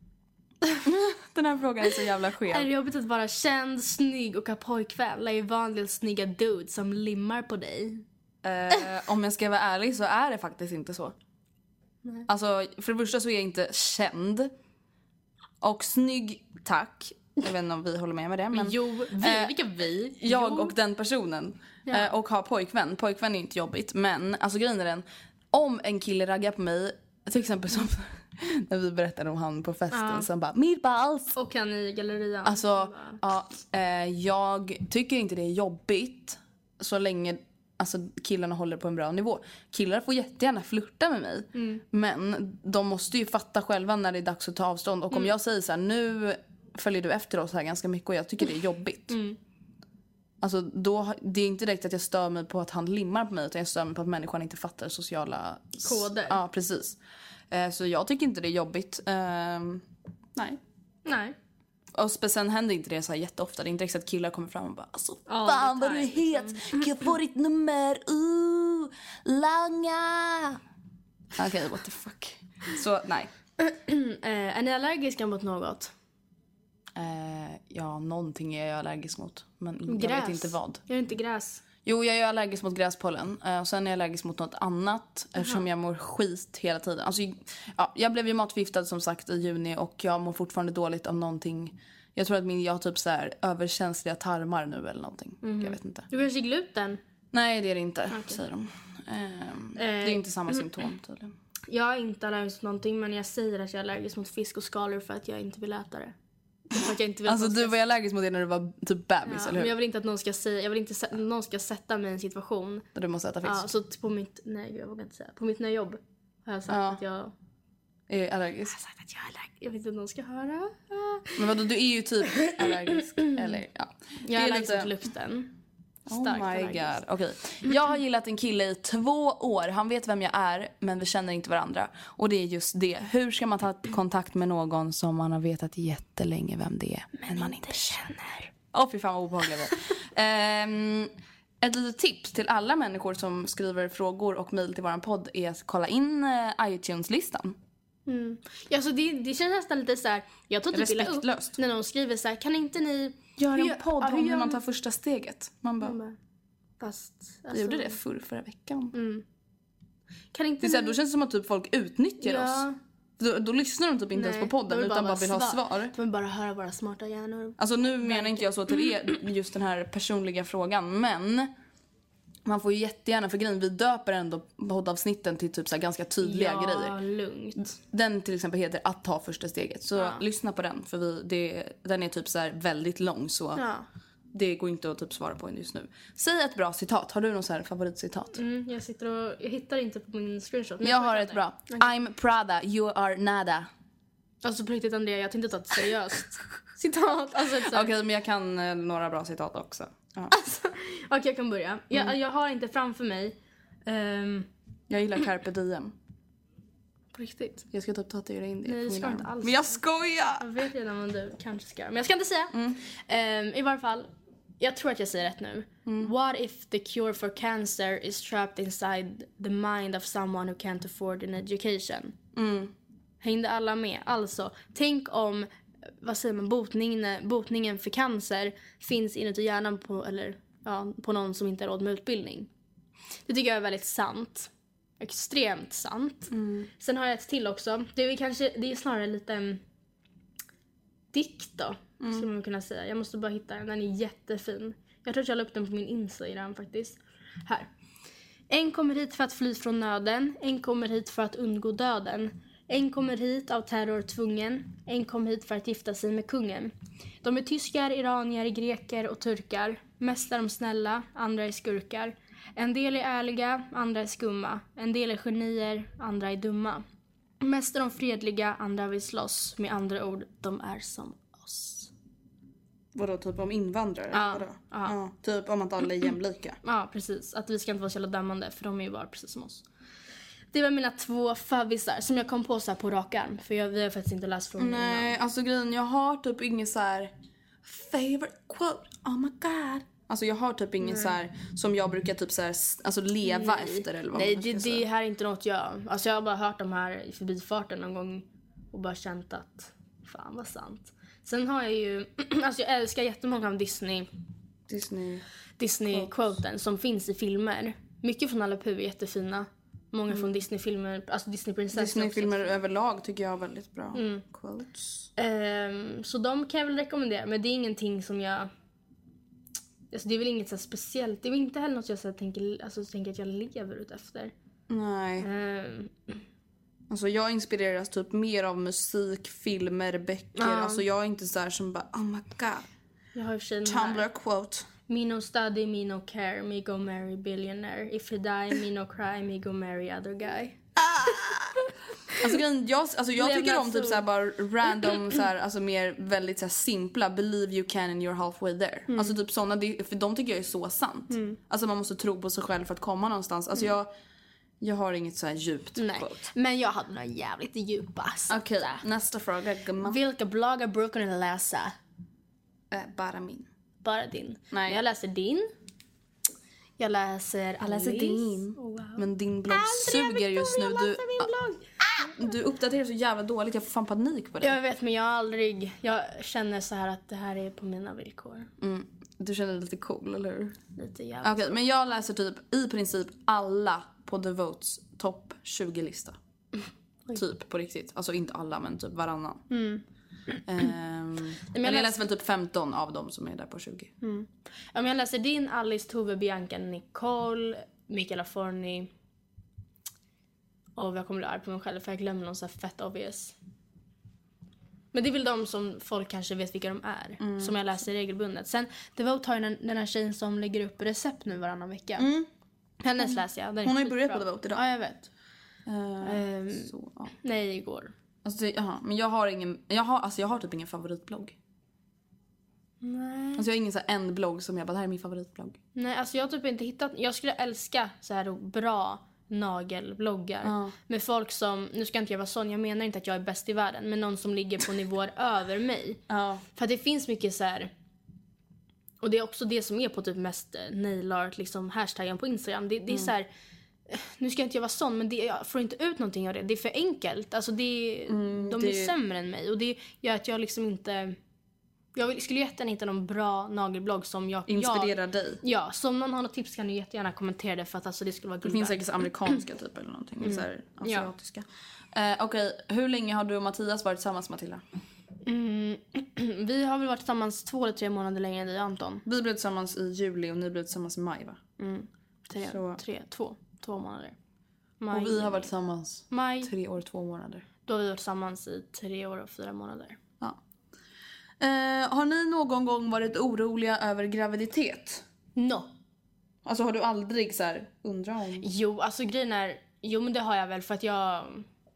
Den här frågan är så jävla skev. Är det jobbigt att vara känd, snygg och ha pojkvän? Eller är vanliga snygga dude som limmar på dig? Om jag ska vara ärlig så är det faktiskt inte så. Nej. Alltså för det första så är jag inte känd. Och snygg, tack. Jag vet inte om vi håller med det. Men, vilka vi? Jag och den personen. Och har pojkvän. Pojkvän är inte jobbigt. Men alltså grejen är den. Om en kille raggar på mig. Till exempel som när vi berättade om han på festen. Som bara, meatballs. Och han i gallerian. Alltså, jag tycker inte det är jobbigt. Så länge alltså, killarna håller på en bra nivå. Killar får jättegärna flirta med mig. Men de måste ju fatta själva när det är dags att ta avstånd. Och om jag säger så här, nu följer du efter oss här ganska mycket och jag tycker det är jobbigt. Alltså då, det är inte direkt att jag stör mig på att han limmar på mig, utan jag stör mig på att människan inte fattar sociala koder. Ja, precis. Så jag tycker inte det är jobbigt. Nej. Och sen händer inte det så här jätteofta. Det är inte direkt att killar kommer fram och bara, alltså fan vad du är het. Kan jag få ditt nummer? Langa. Okej, what the fuck. Så nej. Är ni allergiska mot något? Ja, någonting är jag allergisk mot. Men jag vet inte vad. Är det inte gräs? Jo, jag är allergisk mot gräspollen. Och sen är jag allergisk mot något annat. Eftersom jag mår skit hela tiden. Alltså, jag blev ju matförgiftad som sagt i juni. Och jag mår fortfarande dåligt av någonting. Jag tror att jag har typ så här överkänsliga tarmar nu eller någonting. Jag vet inte. Du kanske är gluten? Nej, det är det inte, säger de. Det är inte samma symptom tydligen. Jag är inte allergisk mot någonting, men jag säger att jag är allergisk mot fisk och skalor för att jag inte vill äta det. För att jag inte vill alltså du var allergisk mot det när du var typ bebis, eller hur? Men jag vill inte att någon ska säga, jag vill inte att någon ska sätta mig i en situation där du måste äta fisk. Ja, så på mitt, nej jag vågar inte säga. På mitt nya jobb har jag sagt att jag är allergisk. Jag har sagt att jag är allergisk. Jag vet inte om någon ska höra. Men vadå, du är ju typ allergisk. Eller ja. Jag är allergisk mot lukten. Starkt oh my god, okej. Jag har gillat en kille i 2 år. Han vet vem jag är, men vi känner inte varandra. Och det är just det. Hur ska man ta kontakt med någon som man har vetat jättelänge vem det är, men man inte känner? Fy fan vad obehagligt. Ett litet tips till alla människor som skriver frågor och mejl till våran podd är att kolla in iTunes-listan. Ja, så det känns nästan lite så här. Jag tror typ illa upp när någon skriver så här, kan inte ni göra en podd om hur man tar första steget? Man bara fast jag gjorde det förra veckan. Kan inte det är så här, då känns det som att typ folk utnyttjar oss. Då lyssnar de typ inte ens på podden utan bara vill ha svar. De vill bara höra våra smarta hjärnor. Alltså nu menar inte jag så till er just den här personliga frågan, men man får ju jättegärna, för grejen, vi döper ändå poddavsnitten till typ så här ganska tydliga grejer. Ja, lugnt. Den till exempel heter att ta första steget. Så lyssna på den, för den är typ så här väldigt lång. Så det går inte att typ svara på just nu. Säg ett bra citat. Har du någon så här favoritcitat? Jag hittar inte på min screenshot. Jag har ett bra. Okay. I'm Prada, you are nada. Alltså på riktigt Andrea, jag tänkte ta ett seriöst citat. Alltså, Okej, men jag kan några bra citat också. Ja. Alltså, okej, jag kan börja. Jag har inte framför mig. Jag gillar carpe diem. På riktigt? Jag ska typ tatuera in det. Nej, det ska inte alls. Men jag skojar! Jag vet redan vad du kanske ska. Men jag ska inte säga. I varje fall, jag tror att jag säger rätt nu. What if the cure for cancer is trapped inside the mind of someone who can't afford an education? Hängde alla med? Alltså, tänk om, vad säger man, botningen för cancer finns inuti hjärnan på någon som inte har råd med utbildning. Det tycker jag är väldigt sant. Extremt sant. Sen har jag ett till också. Det är snarare lite dikt då, skulle man kunna säga. Jag måste bara hitta den. Den är jättefin. Jag tror att jag la upp den på min Instagram faktiskt. Här. En kommer hit för att fly från nöden. En kommer hit för att undgå döden. En kommer hit av terror tvungen. En kom hit för att gifta sig med kungen. De är tyskar, iranier, greker och turkar. Mest är de snälla, andra är skurkar. En del är ärliga, andra är skumma. En del är genier, andra är dumma. Mest är de fredliga, andra vill slåss. Med andra ord, de är som oss. Vadå, typ om invandrare? Ja. Typ om att alla är jämlika. Ja, precis. Att vi ska inte vara så jävla dömande, för de är ju bara precis som oss. Det var mina 2 favvisar som jag kom på så här på rak arm. För vi har faktiskt inte läst från Nej, innan. alltså grejen, jag har typ ingen så här favorite quote, oh my god. Alltså jag har typ ingen så här som jag brukar typ så här, alltså leva efter eller vad man ska säga. Det här är inte något jag har bara hört de här i förbifarten någon gång och bara känt att fan vad sant. Sen har jag ju alltså jag älskar jättemånga av Disney-quoten som finns i filmer. Mycket från Alla Puh är jättefina. Många från Disney-filmer, alltså Disney-prinsessor. Disney-filmer överlag tycker jag har väldigt bra quotes. Så de kan jag väl rekommendera, men det är ingenting som jag... Alltså det är väl inget så speciellt. Det är väl inte heller något jag så tänker att jag lever ut efter. Nej. Alltså jag inspireras typ mer av musik, filmer, böcker. Alltså jag är inte så här som bara, oh my god. Jag har för Tumblr quote. Me no study, me no care, me go marry billionaire. If he die, me no cry, me go marry other guy. Alltså jag tycker om typ så här bara random så här, alltså mer väldigt så här simpla, believe you can and you're halfway there. Alltså typ såna, för de tycker jag är så sant. Alltså man måste tro på sig själv för att komma någonstans. Alltså jag har inget så här djupt quote. Men jag hade några jävligt djupa. Okej, nästa fråga, gumman. Vilka bloggar brukar ni läsa? Bara min. Bara din? Nej. Jag läser din. Jag läser din. Oh, wow. Men din blogg suger just nu. Du uppdaterar så jävla dåligt. Jag får fan panik på det. Jag vet, men jag känner så här att det här är på mina villkor. Du känner dig lite cool, eller hur? Lite jävla. Okej, men jag läser typ i princip alla på The Votes topp 20-lista. Typ på riktigt. Alltså inte alla, men typ varannan. Men jag läser väl typ 15 av dem som är där på 20. Ja, men jag läser din, Alice, Tove, Bianca, Nicole, Michaela Forni. Och jag kommer bli arg på mig själv för jag glömmer någon så här fett obvious. Men det är väl de som folk kanske vet vilka de är. Som jag läser regelbundet. Sen The Vote har ju den här tjejen som lägger upp recept nu varannan vecka. Hennes läser jag. Hon har ju börjat på The Vote idag. Ja, jag vet. Nej, igår. Alltså, men jag har typ ingen favoritblogg. Nej. Alltså jag har ingen så här en blogg som jag bara, det här är min favoritblogg. Nej, alltså jag har typ inte hittat. Jag skulle älska så här bra nagelbloggar med folk som, nu ska jag inte jag vara sån, jag menar inte att jag är bäst i världen, men någon som ligger på nivåer över mig. För att det finns mycket så här, och det är också det som är på typ mest nail art liksom hashtaggen på Instagram. Det är så här, nu ska jag inte vara sån, men jag får inte ut någonting av det. Det är för enkelt. Alltså de är sämre än mig. Och det gör att jag liksom inte... Jag skulle jättegärna hitta någon bra nagelblogg som jag... Inspirerar dig. Ja, så om någon har något tips kan ni jättegärna kommentera det. För att alltså, det skulle vara guld. Det finns säkert amerikanska typ eller någonting. Så här, asiatiska. Okej, hur länge har du och Mattias varit tillsammans, Matilda? Vi har väl varit tillsammans 2 eller 3 månader längre än dig, Anton. Vi blev tillsammans i juli och ni blev tillsammans i maj, va? 2 månader. Maj, och vi har varit tillsammans 3 år 2 månader. Då har vi varit tillsammans i 3 år och 4 månader. Ja. Har ni någon gång varit oroliga över graviditet? No. Alltså har du aldrig så här undrat om... Jo, alltså grejen är... Jo, men det har jag väl för att jag...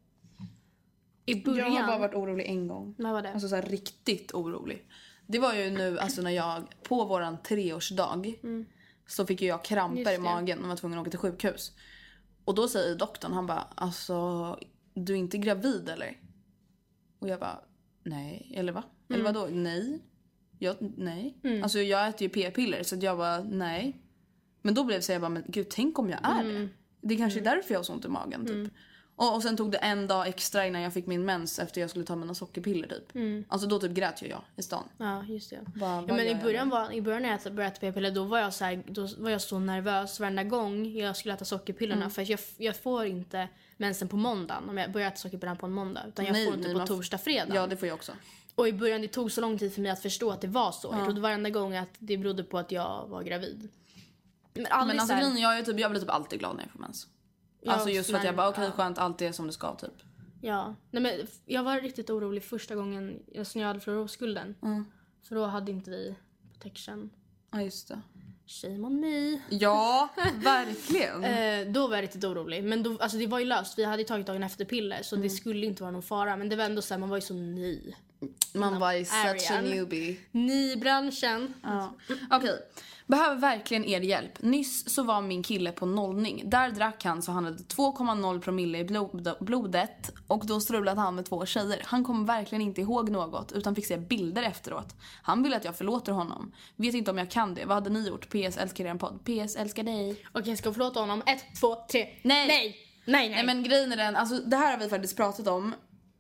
I början... Jag har bara varit orolig en gång. När var det? Alltså så här riktigt orolig. Det var ju nu alltså när jag på våran 3-årsdag så fick ju jag kramper i magen och var tvungen att åka till sjukhus. Och då säger doktorn, han bara, alltså du är inte gravid eller? Och jag bara, nej, eller va? Eller vadå? Nej. Nej. Alltså jag äter ju p-piller så att jag bara, nej. Men då blev det så jag bara, men gud, tänk om jag är det. Det är kanske därför jag har så ont i magen typ. Och sen tog det en dag extra innan jag fick min mens efter jag skulle ta mina sockerpiller typ. Alltså då typ grät ju jag i stan. Ja, just det. Men i början när jag började äta p-piller då var jag så här, då var jag så nervös varenda gång jag skulle äta sockerpillerna för jag får inte mensen på måndagen om jag börjar äta sockerpillerna på en måndag utan jag får inte på torsdag, fredag. Ja, det får jag också. Och i början det tog så lång tid för mig att förstå att det var så. Jag trodde varenda gång att det berodde på att jag var gravid. Men alltså jag blir typ alltid glad när jag får mens. Alltså just för att jag bara okej, skönt, allt är som det ska typ. Ja, nej men jag var riktigt orolig första gången när jag hade fluoroskulden. För då hade inte vi protection. Ja, just det. Shame on me. Ja, verkligen. Då var jag riktigt orolig. Men då, alltså det var ju löst. Vi hade ju tagit dagen efter piller. Så det skulle inte vara någon fara. Men det var ändå så här, man var ju så ny. Man var ju such a newbie. Ny i branschen. Ja. Okej. Behöver verkligen er hjälp. Nyss så var min kille på nollning. Där drack han så han hade 2,0 promille i blodet. Och då strulade han med 2 tjejer. Han kommer verkligen inte ihåg något utan fick se bilder efteråt. Han vill att jag förlåter honom. Vet inte om jag kan det. Vad hade ni gjort? PS älskar er en podd. PS älskar dig. Okej, ska jag förlåta honom? 1, 2, 3. Nej, men grejen är den. Alltså det här har vi faktiskt pratat om.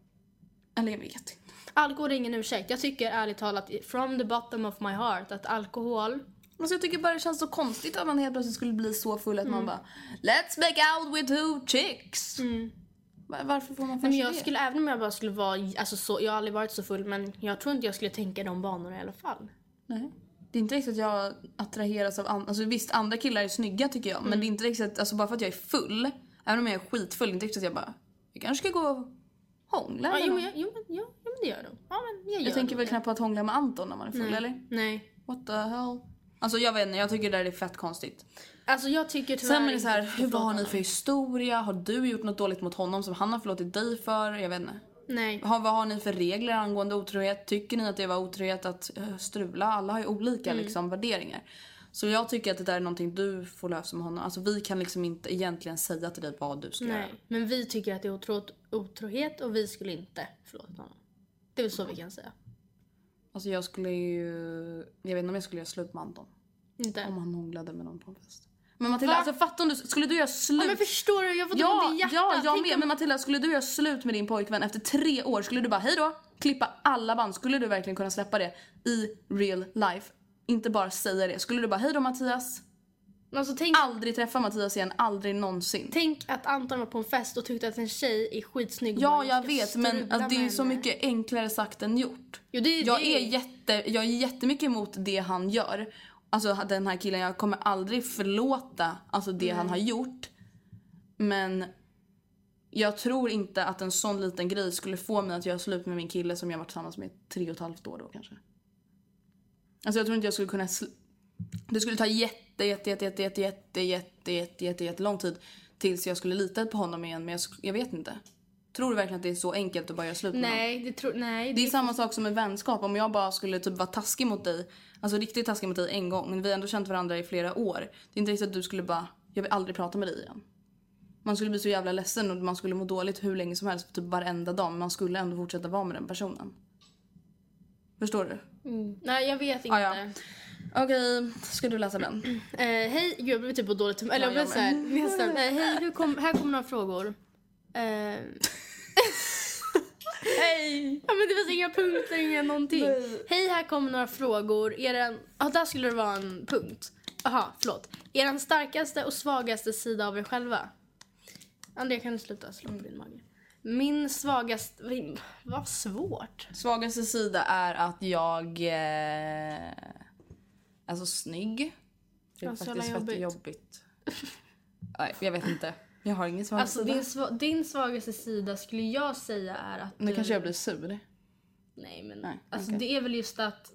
Eller jag vet inte. Alkohol är ingen ursäkt. Jag tycker ärligt talat from the bottom of my heart att alkohol... Alltså jag tycker bara det känns så konstigt att man helt plötsligt skulle bli så full att man bara let's make out with 2 chicks. Varför får man först jag skulle, även om jag bara skulle vara alltså så, jag har aldrig varit så full men jag tror inte jag skulle tänka de banorna i alla fall. Nej. Det är inte riktigt att jag attraheras av alltså visst andra killar är snygga tycker jag men det är inte riktigt att, alltså bara för att jag är full även om jag är skitfull, det är inte riktigt att jag bara jag kanske ska gå och hångla. Ja, men det gör de. Ja, men jag tänker väl knappt på att hångla med Anton när man är full eller? Nej. What the hell? Alltså jag vet inte, jag tycker det där är fett konstigt. Alltså jag tycker tyvärr. Sen är det så här, vad har ni för historia? Har du gjort något dåligt mot honom som han har förlåtit dig för? Jag vet inte. Nej. Vad har ni för regler angående otrohet? Tycker ni att det var otrohet att strula? Alla har ju olika liksom värderingar. Så jag tycker att det där är någonting du får lösa med honom. Alltså vi kan liksom inte egentligen säga till dig vad du ska göra. Men vi tycker att det är otrohet och vi skulle inte förlåta honom. Det är väl så vi kan säga. Alltså jag skulle ju... Jag vet inte om jag skulle göra slut med Anton. Inte. Om han hånglade med någon på en fest. Men Matilda, alltså fattar du, skulle du göra slut? Ja, men förstår du, jag får ont i hjärtat. Ja, jag med. Men Matilda, skulle du göra slut med din pojkvän efter 3 år? Skulle du bara, hej då, klippa alla band? Skulle du verkligen kunna släppa det i real life? Inte bara säga det. Skulle du bara, hej då Mattias? Alltså, aldrig träffa Mattias igen, aldrig någonsin. Tänk att Anton var på en fest och tyckte att en tjej är skitsnygg. Ja, jag vet, men alltså, det är så mycket enklare sagt än gjort. Jo, jag är jättemycket emot det han gör. Alltså den här killen, jag kommer aldrig förlåta alltså det han har gjort. Men jag tror inte att en sån liten grej skulle få mig att göra slut med min kille som jag varit tillsammans med 3,5 år då kanske. Alltså jag tror inte jag skulle kunna det skulle ta jättelång tid tills jag skulle lita på honom igen, men jag vet inte. Tror du verkligen att det är så enkelt att bara göra slut med honom? Det är samma sak som med vänskap. Om jag bara skulle typ vara taskig mot dig, alltså riktigt taskig mot dig en gång, men vi har ändå känt varandra i flera år. Det är inte riktigt att du skulle bara, jag vill aldrig prata med dig igen. Man skulle bli så jävla ledsen och man skulle må dåligt hur länge som helst, typ varenda dag, men man skulle ändå fortsätta vara med den personen. Förstår du? Nej, jag vet inte. Ja. Okej, ska du läsa den? Hej, gud jag blev typ på dåligt humör. Eller jag blev så här, nästan. Hej, här kommer några frågor. Hej! Ja, men det finns inga punkter, inga någonting. Hej, här kommer några frågor. Där skulle det vara en punkt. Aha, förlåt. Er starkaste och svagaste sida av er själva? Andrea, kan du sluta slå på din mage? Min svagaste... Vad svårt. Svagaste sida är att jag... Alltså snygg. Det är faktiskt väldigt jobbigt. Nej, jag vet inte. Jag har ingen svagaste sida. Din svagaste sida skulle jag säga är att... Nu kanske jag blir sur. Nej, men alltså, det är väl just att...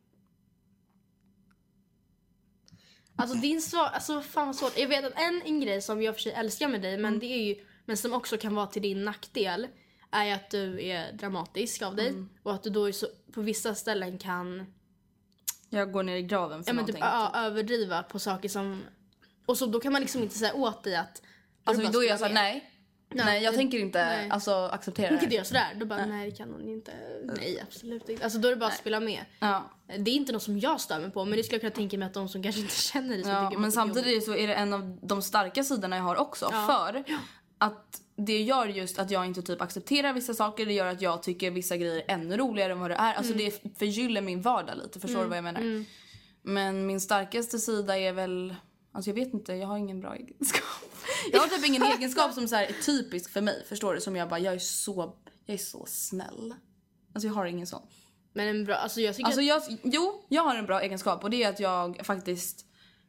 Alltså din svar, alltså fan vad svårt. Jag vet att en grej som jag för sig älskar med dig, men det är ju, men som också kan vara till din nackdel, är att du är dramatisk av dig och att du då är så, på vissa ställen kan jag går ner i graven för någonting. Typ, överdriva på saker som, och så då kan man liksom inte säga åt dig att alltså då är jag så här, nej, jag tänker inte alltså acceptera det. Hon kan inte göra sådär. Då bara, nej det kan hon inte. Nej, absolut inte. Alltså då är det bara att spela med. Ja. Det är inte något som jag stör mig på, men det skulle jag kunna tänka mig att de som kanske inte känner det. Ja, men samtidigt så är det en av de starka sidorna jag har också. För att det gör just att jag inte typ accepterar vissa saker. Det gör att jag tycker vissa grejer är ännu roligare än vad det är. Alltså det förgyller min vardag lite. Förstår du vad jag menar? Men min starkaste sida är väl... Alltså jag vet inte, jag har ingen bra egenskap. Jag har typ ingen egenskap som så här är typisk för mig, förstår du? Som jag bara, jag är så snäll. Alltså jag har ingen sån. Men en bra, alltså jag tycker alltså jag har en bra egenskap. Och det är att jag faktiskt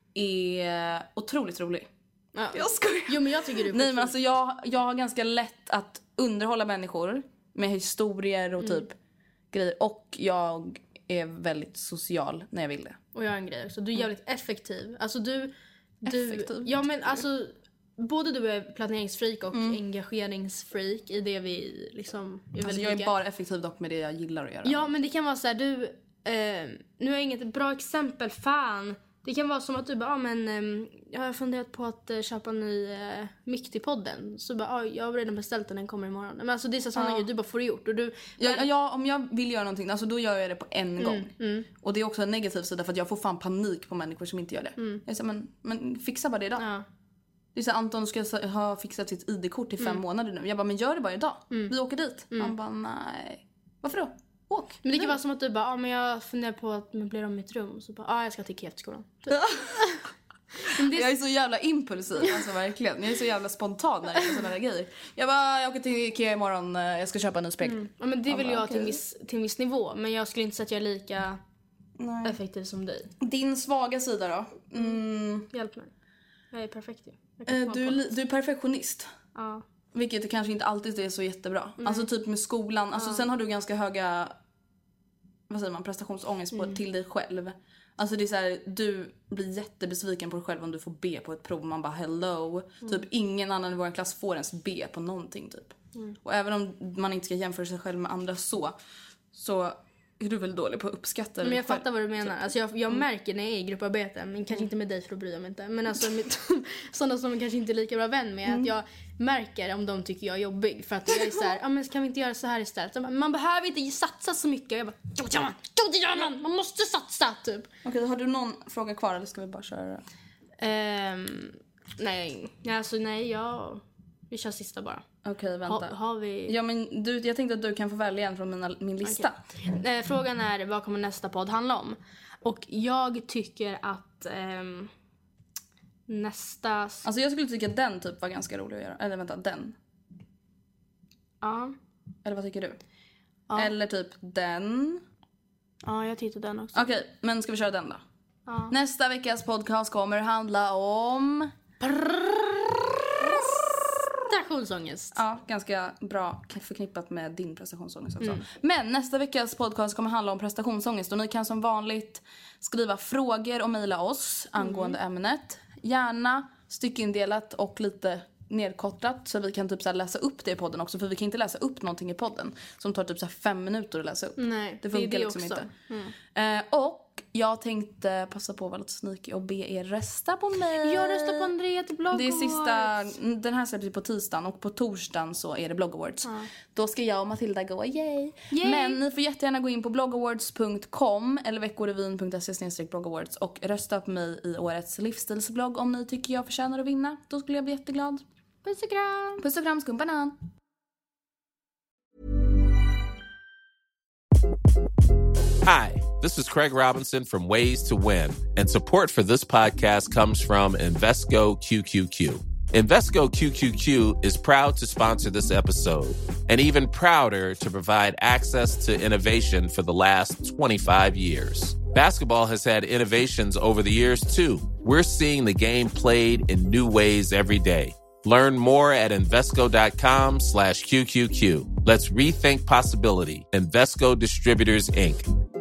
är otroligt rolig. Ja. Jag skojar. Jo, men jag tycker du är nej, men alltså jag har ganska lätt att underhålla människor med historier och typ grejer. Och jag är väldigt social när jag vill det. Och jag har en grej också, du är jävligt effektiv. Alltså du effektiv. Ja, men alltså både du är planeringsfreak och engageringsfreak i det vi liksom är alltså jag är bara effektiv dock med det jag gillar att göra. Ja, men det kan vara så här, du nu har jag inget bra exempel, fan. Det kan vara som att du bara, jag har funderat på att köpa en ny mick till podden. Så bara, jag har redan beställt den kommer imorgon. Men alltså det är sådana grejer du bara får det gjort. Och du, om jag vill göra någonting, alltså då gör jag det på en gång. Och det är också en negativ sida för att jag får fan panik på människor som inte gör det. Jag säger, men fixa bara det idag. Ja. Det är så Anton ska ha fixat sitt ID-kort i 5 månader nu. Jag bara, men gör det bara idag. Vi åker dit. Han bara, nej. Varför då? Åk. Men det kan vara som att du bara, men jag funderar på att möblera om mitt rum. Så bara, jag ska till Ikea-skolan. Jag är så jävla impulsiv, alltså verkligen. Jag är så jävla spontan när det är sådana där grejer. Jag bara, jag åker till Ikea imorgon, jag ska köpa en ny spegel. Ja, men det vill jag till en viss nivå. Men jag skulle inte säga att jag är lika effektiv som dig. Din svaga sida då? Hjälp mig. Jag är perfekt. Du är perfektionist. Ja. Vilket kanske inte alltid är så jättebra. Alltså typ med skolan. Alltså sen har du ganska höga, vad säger man, prestationsångest till dig själv. Alltså det är så här, du blir jättebesviken på dig själv om du får B på ett prov. Man bara hello. Typ ingen annan i vår klass får ens B på någonting typ. Och även om man inte ska jämföra sig själv med andra så är du väl dålig på att uppskatta. Men jag fattar vad du menar. Alltså jag märker när jag är i grupparbete, men kanske inte med dig för att bry mig inte. Men alltså sådana som kanske inte är lika bra vän med, att jag märker om de tycker jag är jobbig. För att jag är så här, men kan vi inte göra så här istället? Så man behöver inte satsa så mycket. Jag bara, man måste satsa typ. Okej, har du någon fråga kvar eller ska vi bara köra? Nej, vi kör sista bara. Okej, vänta. Har vi... Ja, men jag tänkte att du kan få välja en från min lista. Okay. Frågan är, vad kommer nästa podd handla om? Och jag tycker att nästa... Alltså jag skulle tycka att den typ var ganska rolig att göra. Eller vänta, den. Ja. Eller vad tycker du? Ja. Eller typ den. Ja, jag tyckte den också. Okej, men ska vi köra den då? Ja. Nästa veckas podcast kommer handla om... prestationsångest. Ja, ganska bra förknippat med din prestationsångest också. Men nästa veckas podcast kommer handla om prestationsångest. Och ni kan som vanligt skriva frågor och mejla oss angående ämnet. Gärna styckindelat och lite nedkortat. Så vi kan typ så här läsa upp det i podden också. För vi kan inte läsa upp någonting i podden som tar typ så här 5 minuter att läsa upp. Nej, det funkar det liksom också. Inte. Och jag tänkte passa på att vara lite sneaky och be er rösta på mig. Jag röstar på Andrea till Blog Awards. Det är den här släpps på tisdagen och på torsdagen så är det Blog Awards. Då ska jag och Matilda gå, yay! Men ni får jättegärna gå in på blogawards.com eller veckorevyn.se/blogawards och rösta på mig i årets livsstilsblogg om ni tycker jag förtjänar att vinna. Då skulle jag bli jätteglad. Puss och kram! Puss och kram, skumbanan! Hi, this is Craig Robinson from Ways to Win, and support for this podcast comes from Invesco QQQ. Invesco QQQ is proud to sponsor this episode, and even prouder to provide access to innovation for the last 25 years. Basketball has had innovations over the years, too. We're seeing the game played in new ways every day. Learn more at Invesco.com/QQQ. Let's rethink possibility. Invesco Distributors, Inc.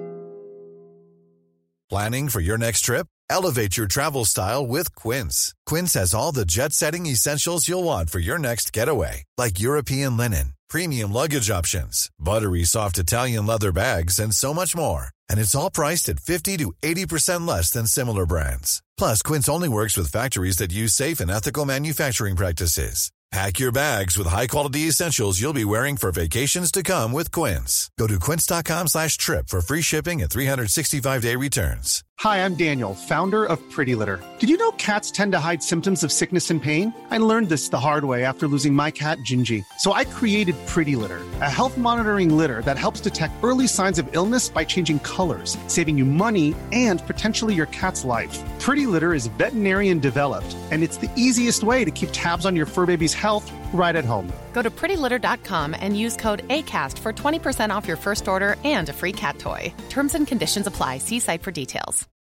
Planning for your next trip? Elevate your travel style with Quince. Quince has all the jet-setting essentials you'll want for your next getaway, like European linen, premium luggage options, buttery soft Italian leather bags, and so much more. And it's all priced at 50 to 80% less than similar brands. Plus, Quince only works with factories that use safe and ethical manufacturing practices. Pack your bags with high-quality essentials you'll be wearing for vacations to come with Quince. Go to quince.com/trip for free shipping and 365-day returns. Hi, I'm Daniel, founder of Pretty Litter. Did you know cats tend to hide symptoms of sickness and pain? I learned this the hard way after losing my cat, Gingy. So I created Pretty Litter, a health monitoring litter that helps detect early signs of illness by changing colors, saving you money and potentially your cat's life. Pretty Litter is veterinarian developed, and it's the easiest way to keep tabs on your fur baby's health right at home. Go to prettylitter.com and use code ACAST for 20% off your first order and a free cat toy. Terms and conditions apply. See site for details.